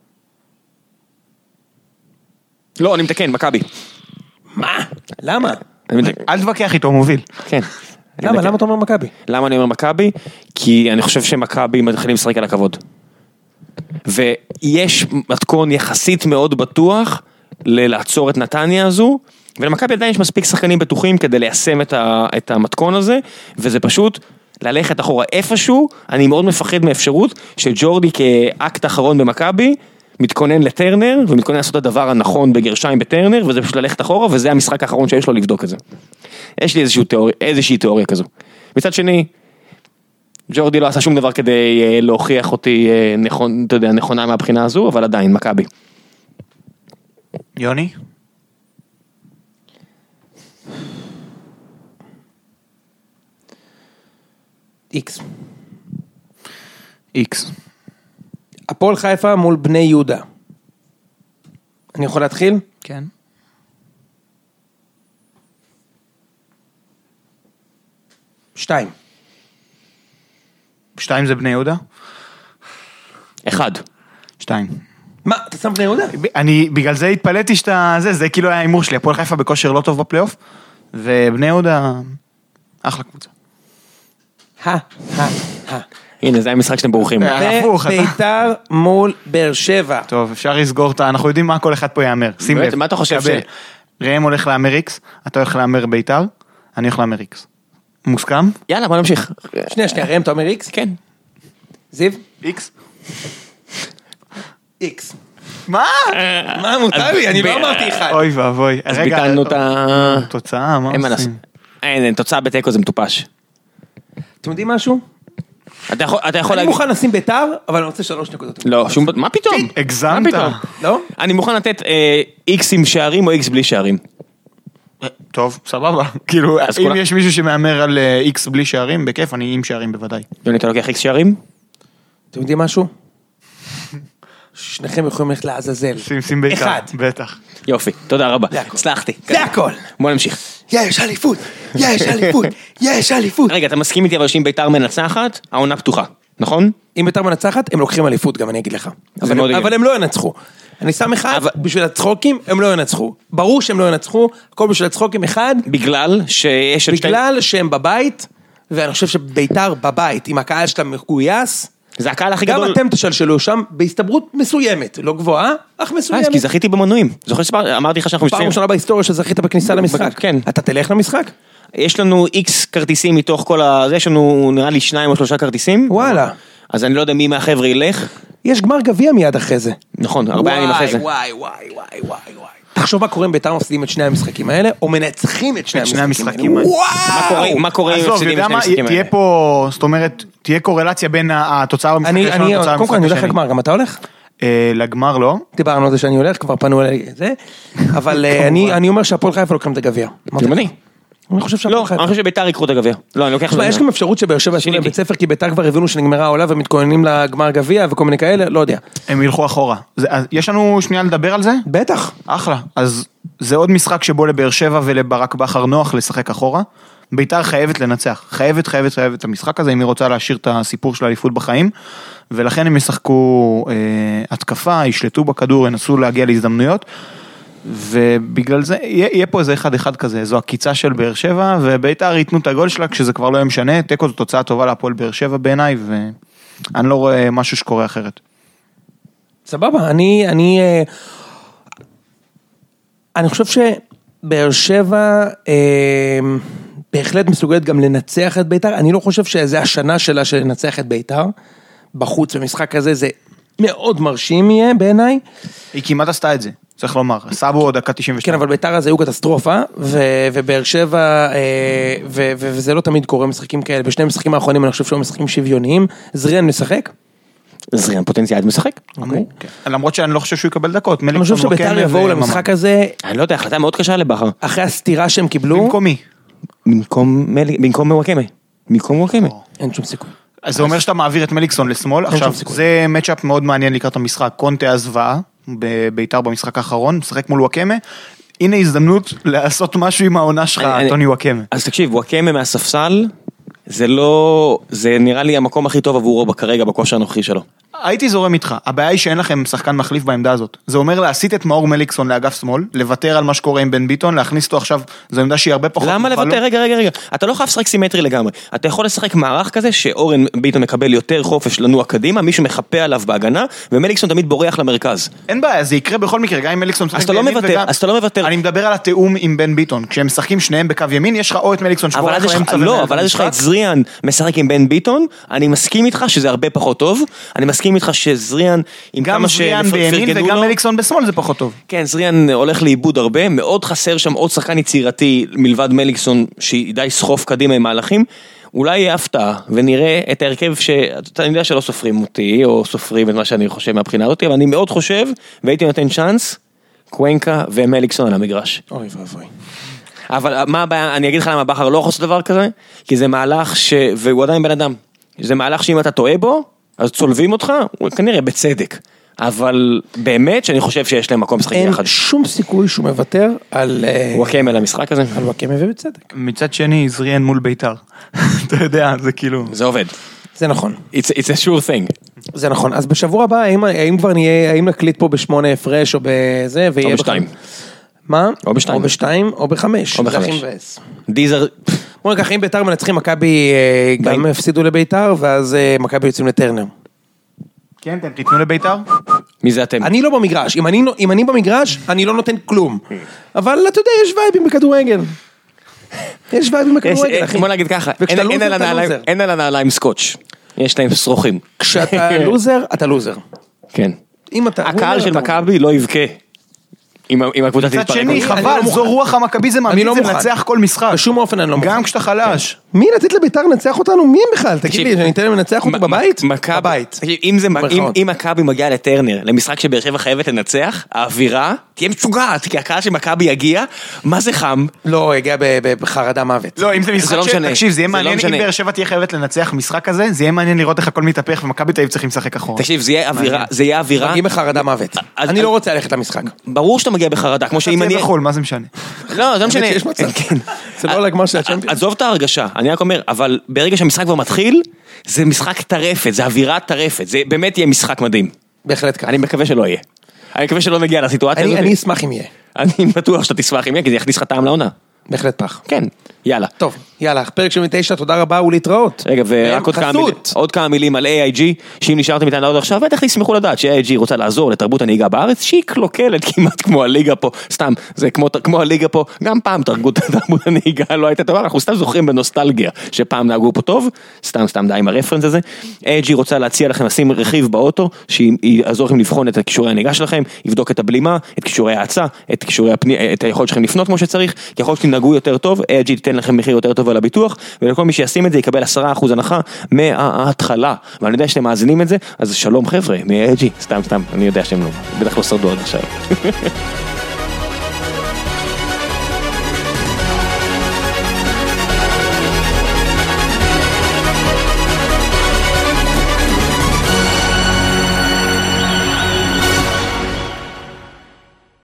לא, אני מתקן, מכבי. מה? למה? אל תווכח איתו, מוביל. כן. למה אתה אומר מכבי? למה אני אומר מכבי? כי אני חושב שמכבי מתחילים לשחק על הכבוד. ויש מתכון יחסית מאוד בטוח לעצור את נתניה הזו, ולמכבי עדיין יש מספיק שחקנים בטוחים כדי ליישם את המתכון הזה, וזה פשוט ללכת אחורה איפשהו. אני מאוד מפחד מאפשרות שג'ורדי כאקט אחרון במכבי, מתכונן לטרנר, ומתכונן לעשות את הדבר הנכון בגרשיים בטרנר, וזה פשוט ללכת אחורה, וזה המשחק האחרון שיש לו לבדוק את זה. יש לי איזושהי תיאוריה כזו. מצד שני, ג'ורדי לא עשה שום דבר כדי להוכיח אותי נכונה מהבחינה הזו, אבל עדיין, מכבי. יוני? איקס. איקס. הפועל חיפה מול בני יהודה. אני יכול להתחיל? כן. 2. 2 זה בני יהודה? 1. 2. מה, אתה שם בני יהודה? אני, בגלל זה התפלאתי שאתה, זה כאילו היה האימור שלי, הפועל חיפה בכושר לא טוב בפלייאוף, ובני יהודה, אחלה קבוצה. הנה, זה המשחק שאתם בורחים. ביתר מול באר שבע. טוב, אפשר לסגור אותה, אנחנו יודעים מה כל אחד פה יאמר. שים לב. מה אתה חושב ש... ראם הולך לאמר איקס, אתה הולך לאמר ביתר, אני הולך לאמר איקס. מוסכם? יאללה, בוא נמשיך. שנייה, ראם, אתה אומר איקס? כן. זיו? איקס. איקס. מה? מה מותר לי? אני לא אמרתי אחד. אוי ואבוי. אז ביטלנו את ה... תוצאה, מה עושים? אין, תוצאה בתיקו זה מטופש. אתם יודעים משהו? אתה יכול להגיד... אני מוכן לשים ביתר, אבל אני רוצה 3 נקודות. לא, שום... מה פתאום? הגזמת. לא? אני מוכן לתת איקס עם שערים או איקס בלי שערים. טוב, סבבה. כאילו, אם יש מישהו שמאמר על איקס בלי שערים, בכיף, אני עם שערים בוודאי. יוני, אתה לוקח איקס שערים? אתם יודעים משהו? שניכם יכולים ללכת לעזאזל. שים ביתר, אחד. בטח. יופי, תודה רבה. זה הכל. הצלחתי. זה הכל. בוא נמשיך. יש אליפות, יש אליפות, יש אליפות. רגע, אתה מסכים איתי אבל שאם ביתר מנצחת, העונה פתוחה, נכון? אם ביתר מנצחת, הם לוקחים אליפות, גם אני אגיד לך. אבל הם לא ינצחו. אני שם אחד, בשביל הצחוקים, הם לא ינצחו. ברור שהם לא ינצחו, הכל בשביל הצחוקים אחד. בגלל שיש... בגלל שהם בבית, ואני חושב שביתר בבית, עם הקהל שאתה מגויס, זה הקהל הכי גם גדול. אתם תשלשלו שם בהסתברות מסוימת, לא גבוהה, אך מסוימת. כי זכיתי במנויים. זוכר שאמרתי לך שאנחנו פעם משתיים. ראשונה בהיסטוריה שזכית בכניסה למשחק. כן. אתה תלך למשחק? יש לנו איקס כרטיסים מתוך כל זה, יש לנו נראה לי 2 או 3 כרטיסים. וואלה. אז אני לא יודע מי מהחבר'ה ילך. יש גמר גביע מיד אחרי זה. נכון, 4 ימים אחרי זה. וואי. תחשוב מה קורה אם ביתר מפסידים את שני המשחקים האלה, או מנצחים את שני המשחקים האלה. וואו! מה קורה אם עזוב, מפסידים את יודע שני מה, המשחקים האלה? תהיה פה, זאת אומרת, תהיה קורלציה בין התוצאה במשחק הראשון לתוצאה קודם כל במשחק אני הולך השני. לגמר, גם אתה הולך? לגמר לא. דיברנו על זה שאני הולך, כבר פנו אליי זה, אבל אני אומר שהפועל חיפה לוקחים את הגביע. גם אני חושב שהפועל לא, חיפה. אני חושב שביתר יקחו את הגביע. לא, אני לוקח... יש גם אפשרות שבאר שבע עשו להם בית ספר, כי ביתר כבר הבינו שנגמרה העולה ומתכוננים לגמר גביע וכל מיני כאלה, לא יודע. הם ילכו אחורה. יש לנו שנייה לדבר על זה? בטח. אחלה. אז זה עוד משחק שבו לבאר שבע ולברק בכר נוח לשחק אחורה. ביתר חייבת לנצח. חייבת את המשחק הזה, אם היא רוצה להשאיר את הסיפור של האליפות בחיים. ולכן הם ישחקו התקפה, ישלטו בכדור, ינסו להגיע להזדמנויות. ובגלל זה יהיה פה איזה 1-1 כזה, זו הקיצה של באר שבע, וביתר ייתנו את הגול שלה כשזה כבר לא יהיה משנה, תיקו זו תוצאה טובה להפועל באר שבע בעיניי, ואני לא רואה משהו שקורה אחרת. סבבה, אני חושב שבאר שבע בהחלט מסוגלת גם לנצח את ביתר, אני לא חושב שזה השנה שלה של לנצח את ביתר, בחוץ במשחק הזה זה מאוד מרשים יהיה בעיניי. היא כמעט עשתה את זה. צריך לומר, סאבו דקה 92. כן, אבל ביתר אז היו קטסטרופה, ובאר שבע, וזה לא תמיד קורה משחקים כאלה, בשני המשחקים האחרונים אני חושב שהם משחקים שוויוניים, זריאן משחק? זריאן פוטנציאלית משחק. למרות שאני לא חושב שהוא יקבל דקות. אני חושב שביתר יבואו למשחק הזה, אני לא יודע, החלטה מאוד קשה לבכר. אחרי הסתירה שהם קיבלו, במקומי. במקום מוואקמה. במקום מוואקמה. אין שום סיכוי. אז זה אומר שאתה מעביר את מליקסון לשמאל, עכשיו זה מצ'אפ מאוד מעניין לקראת המשחק, קונטה הזוואה, בביתר במשחק האחרון, משחק מול וואקמה, הנה הזדמנות לעשות משהו עם העונה שלך, טוני וואקמה. אז תקשיב, וואקמה מהספסל, זה נראה לי המקום הכי טוב עבורו כרגע בכושר הנוכחי שלו. הייתי זורם איתך, הבעיה היא שאין לכם שחקן מחליף בעמדה הזאת, זה אומר להסיט את מאור מליקסון לאגף שמאל, לוותר על מה שקורה עם בן ביטון, להכניס אותו עכשיו, זו עמדה שהיא הרבה פחות. למה לוותר? רגע, אתה לא חייב לשחק סימטרי לגמרי, אתה יכול לשחק מערך כזה שאורן ביטון מקבל יותר חופש לנוע קדימה, מישהו מחפה עליו בהגנה, ומליקסון תמיד בורח למרכז. אין בעיה, זה יקרה בכל מקרה, גם אם מליקסון אז אתה לא מוותר. אני מדבר על התיאום עם בן ביטון, כשהם משחקים שניהם בקו ימין, יש לך או את מליקסון שבורח לאמצע לא, אבל אז יש לך את זריאן משחק עם בן ביטון, אני מסכים איתך שזה הרבה פחות טוב, אני מסכים איתך שזריאן עם גם זריאן בימין וגם מליקסון בשמאל זה פחות טוב. כן, זריאן הולך לאיבוד הרבה, מאוד חסר שם עוד שחקן יצירתי מלבד מליקסון שידע סחוף קדימה עם מהלכים, אולי יהיה הפתעה ונראה את ההרכב שאתה יודע שלא סופרים אותי או סופרים את מה שאני חושב מהבחינה אותי, אבל אני מאוד חושב והייתי נותן צ'אנס, קוונקה ומליקסון על המגרש. אוי ואבוי. אבל מה הבעיה, אני אגיד לך למה בכר לא יכול לעשות דבר כזה, כי זה מהלך והוא עדיין בן אדם, זה מהלך שאם אתה טועה בו, אז צולבים אותך, כנראה בצדק, אבל באמת שאני חושב שיש להם מקום משחק יחד. אין שום סיכוי שהוא מוותר על וואקמה למשחק הזה. על וואקמה ובצדק. מצד שני, זריאן מול ביתר. אתה יודע, זה כאילו... זה עובד. זה נכון. It's a sure thing. זה נכון. אז בשבוע הבא, האם כבר נהיה, האם נקליט פה ב8 הפרש או בזה, או ב2. מה? או ב2. או ב2 או ב5. או ב5. דיזר... בוא נקח, אם ביתר מנצחים, מכבי גם הפסידו לביתר, ואז מכבי יוצאים לטרנר. כן, אתם תיתנו לביתר? מי זה אתם? אני לא במגרש. אם אני במגרש, אני לא נותן כלום. אבל אתה יודע, יש וייבים בכדורגל. יש וייבים בכדורגל, אחי. בוא נגיד ככה, וכשאתה לוזר, אתה לוזר. אין על הנעליים סקוץ'. יש להם שרוכים. כשאתה לוזר, אתה לוזר. כן. הקהל של מכבי לא יבכה. אם הקבוצה תתפרק. מצד שני, חבל, זו רוח המכביזם, זה מנצח כל משחק. בשום אופן אני לא מוכן. גם כשאתה חלש. מי לתת לביתר לנצח אותנו? מי הם בכלל? תגיד לי, שאני אתן להם לנצח אותנו בבית? בבית. אם מכבי מגיע לטרנר, למשחק שבאר שבע חייבת לנצח, האווירה תהיה משוגעת, כי הקהל של מכבי יגיע, מה זה חם? לא, יגיע בחרדה מוות. לא, אם זה משחק תקשיב, זה יהיה מעניין, אם באר שבע תהיה חייבת לנצח משחק הזה, זה יהיה מעניין לראות איך הכל מתהפך, ומכבי תל אביב צריכים לשחק אחורה. תקשיב, זה יהיה אווירה. מגיעים בחרדה מוות. אני לא רוצה ללכת למשחק. ברור שאתה מגיע בחרדה, כמו שאם אני... מה זה משנה? לא, זה משנה. זה לא לגמר של הצ'מפיונס. עזוב את ההרגשה, אני רק אומר, אבל ברגע שהמשחק כבר מתחיל, זה משחק טרפת, זה אווירה טרפת, זה באמת יהיה משחק מדהים. בהחלט כך. אני מקווה שלא יהיה. אני מקווה שלא נגיע לסיטואציה הזאת. אני אשמח אם יהיה. אני בטוח שאתה תשמח אם יהיה, כי זה יכניס לך טעם לעונה. בהחלט פח. כן, יאללה. טוב, יאללה, פרק 79, תודה רבה ולהתראות. רגע, ורק עוד כמה מילים על AIG, שאם נשארתם איתנו עוד עכשיו, בטח תשמחו לדעת ש-AIG רוצה לעזור לתרבות הנהיגה בארץ, שהיא קלוקלת כמעט כמו הליגה פה, סתם, זה כמו הליגה פה, גם פעם תרבות הנהיגה לא הייתה טובה, אנחנו סתם זוכרים בנוסטלגיה, שפעם נהגו פה טוב, סתם די עם הרפרנס הזה, AIG רוצה להציע לכם לשים רכיב באוטו, שיעזור לכם לבחון את כישורי הנהיגה שלכם, יבדוק את הבלימה, את כישורי ההאצה, את היכולת שלכם לפנות כמו שצריך, ככל שתנהגו יותר טוב, AIG תיתן לכם מחיר יותר טוב על הביטוח, ולכל מי שישים את זה יקבל 10% הנחה מההתחלה. ואני יודע שאתם מאזינים את זה, אז שלום חבר'ה, מ-AIG, סתם, אני יודע שהם לא, בטח לא שרדו עד עכשיו.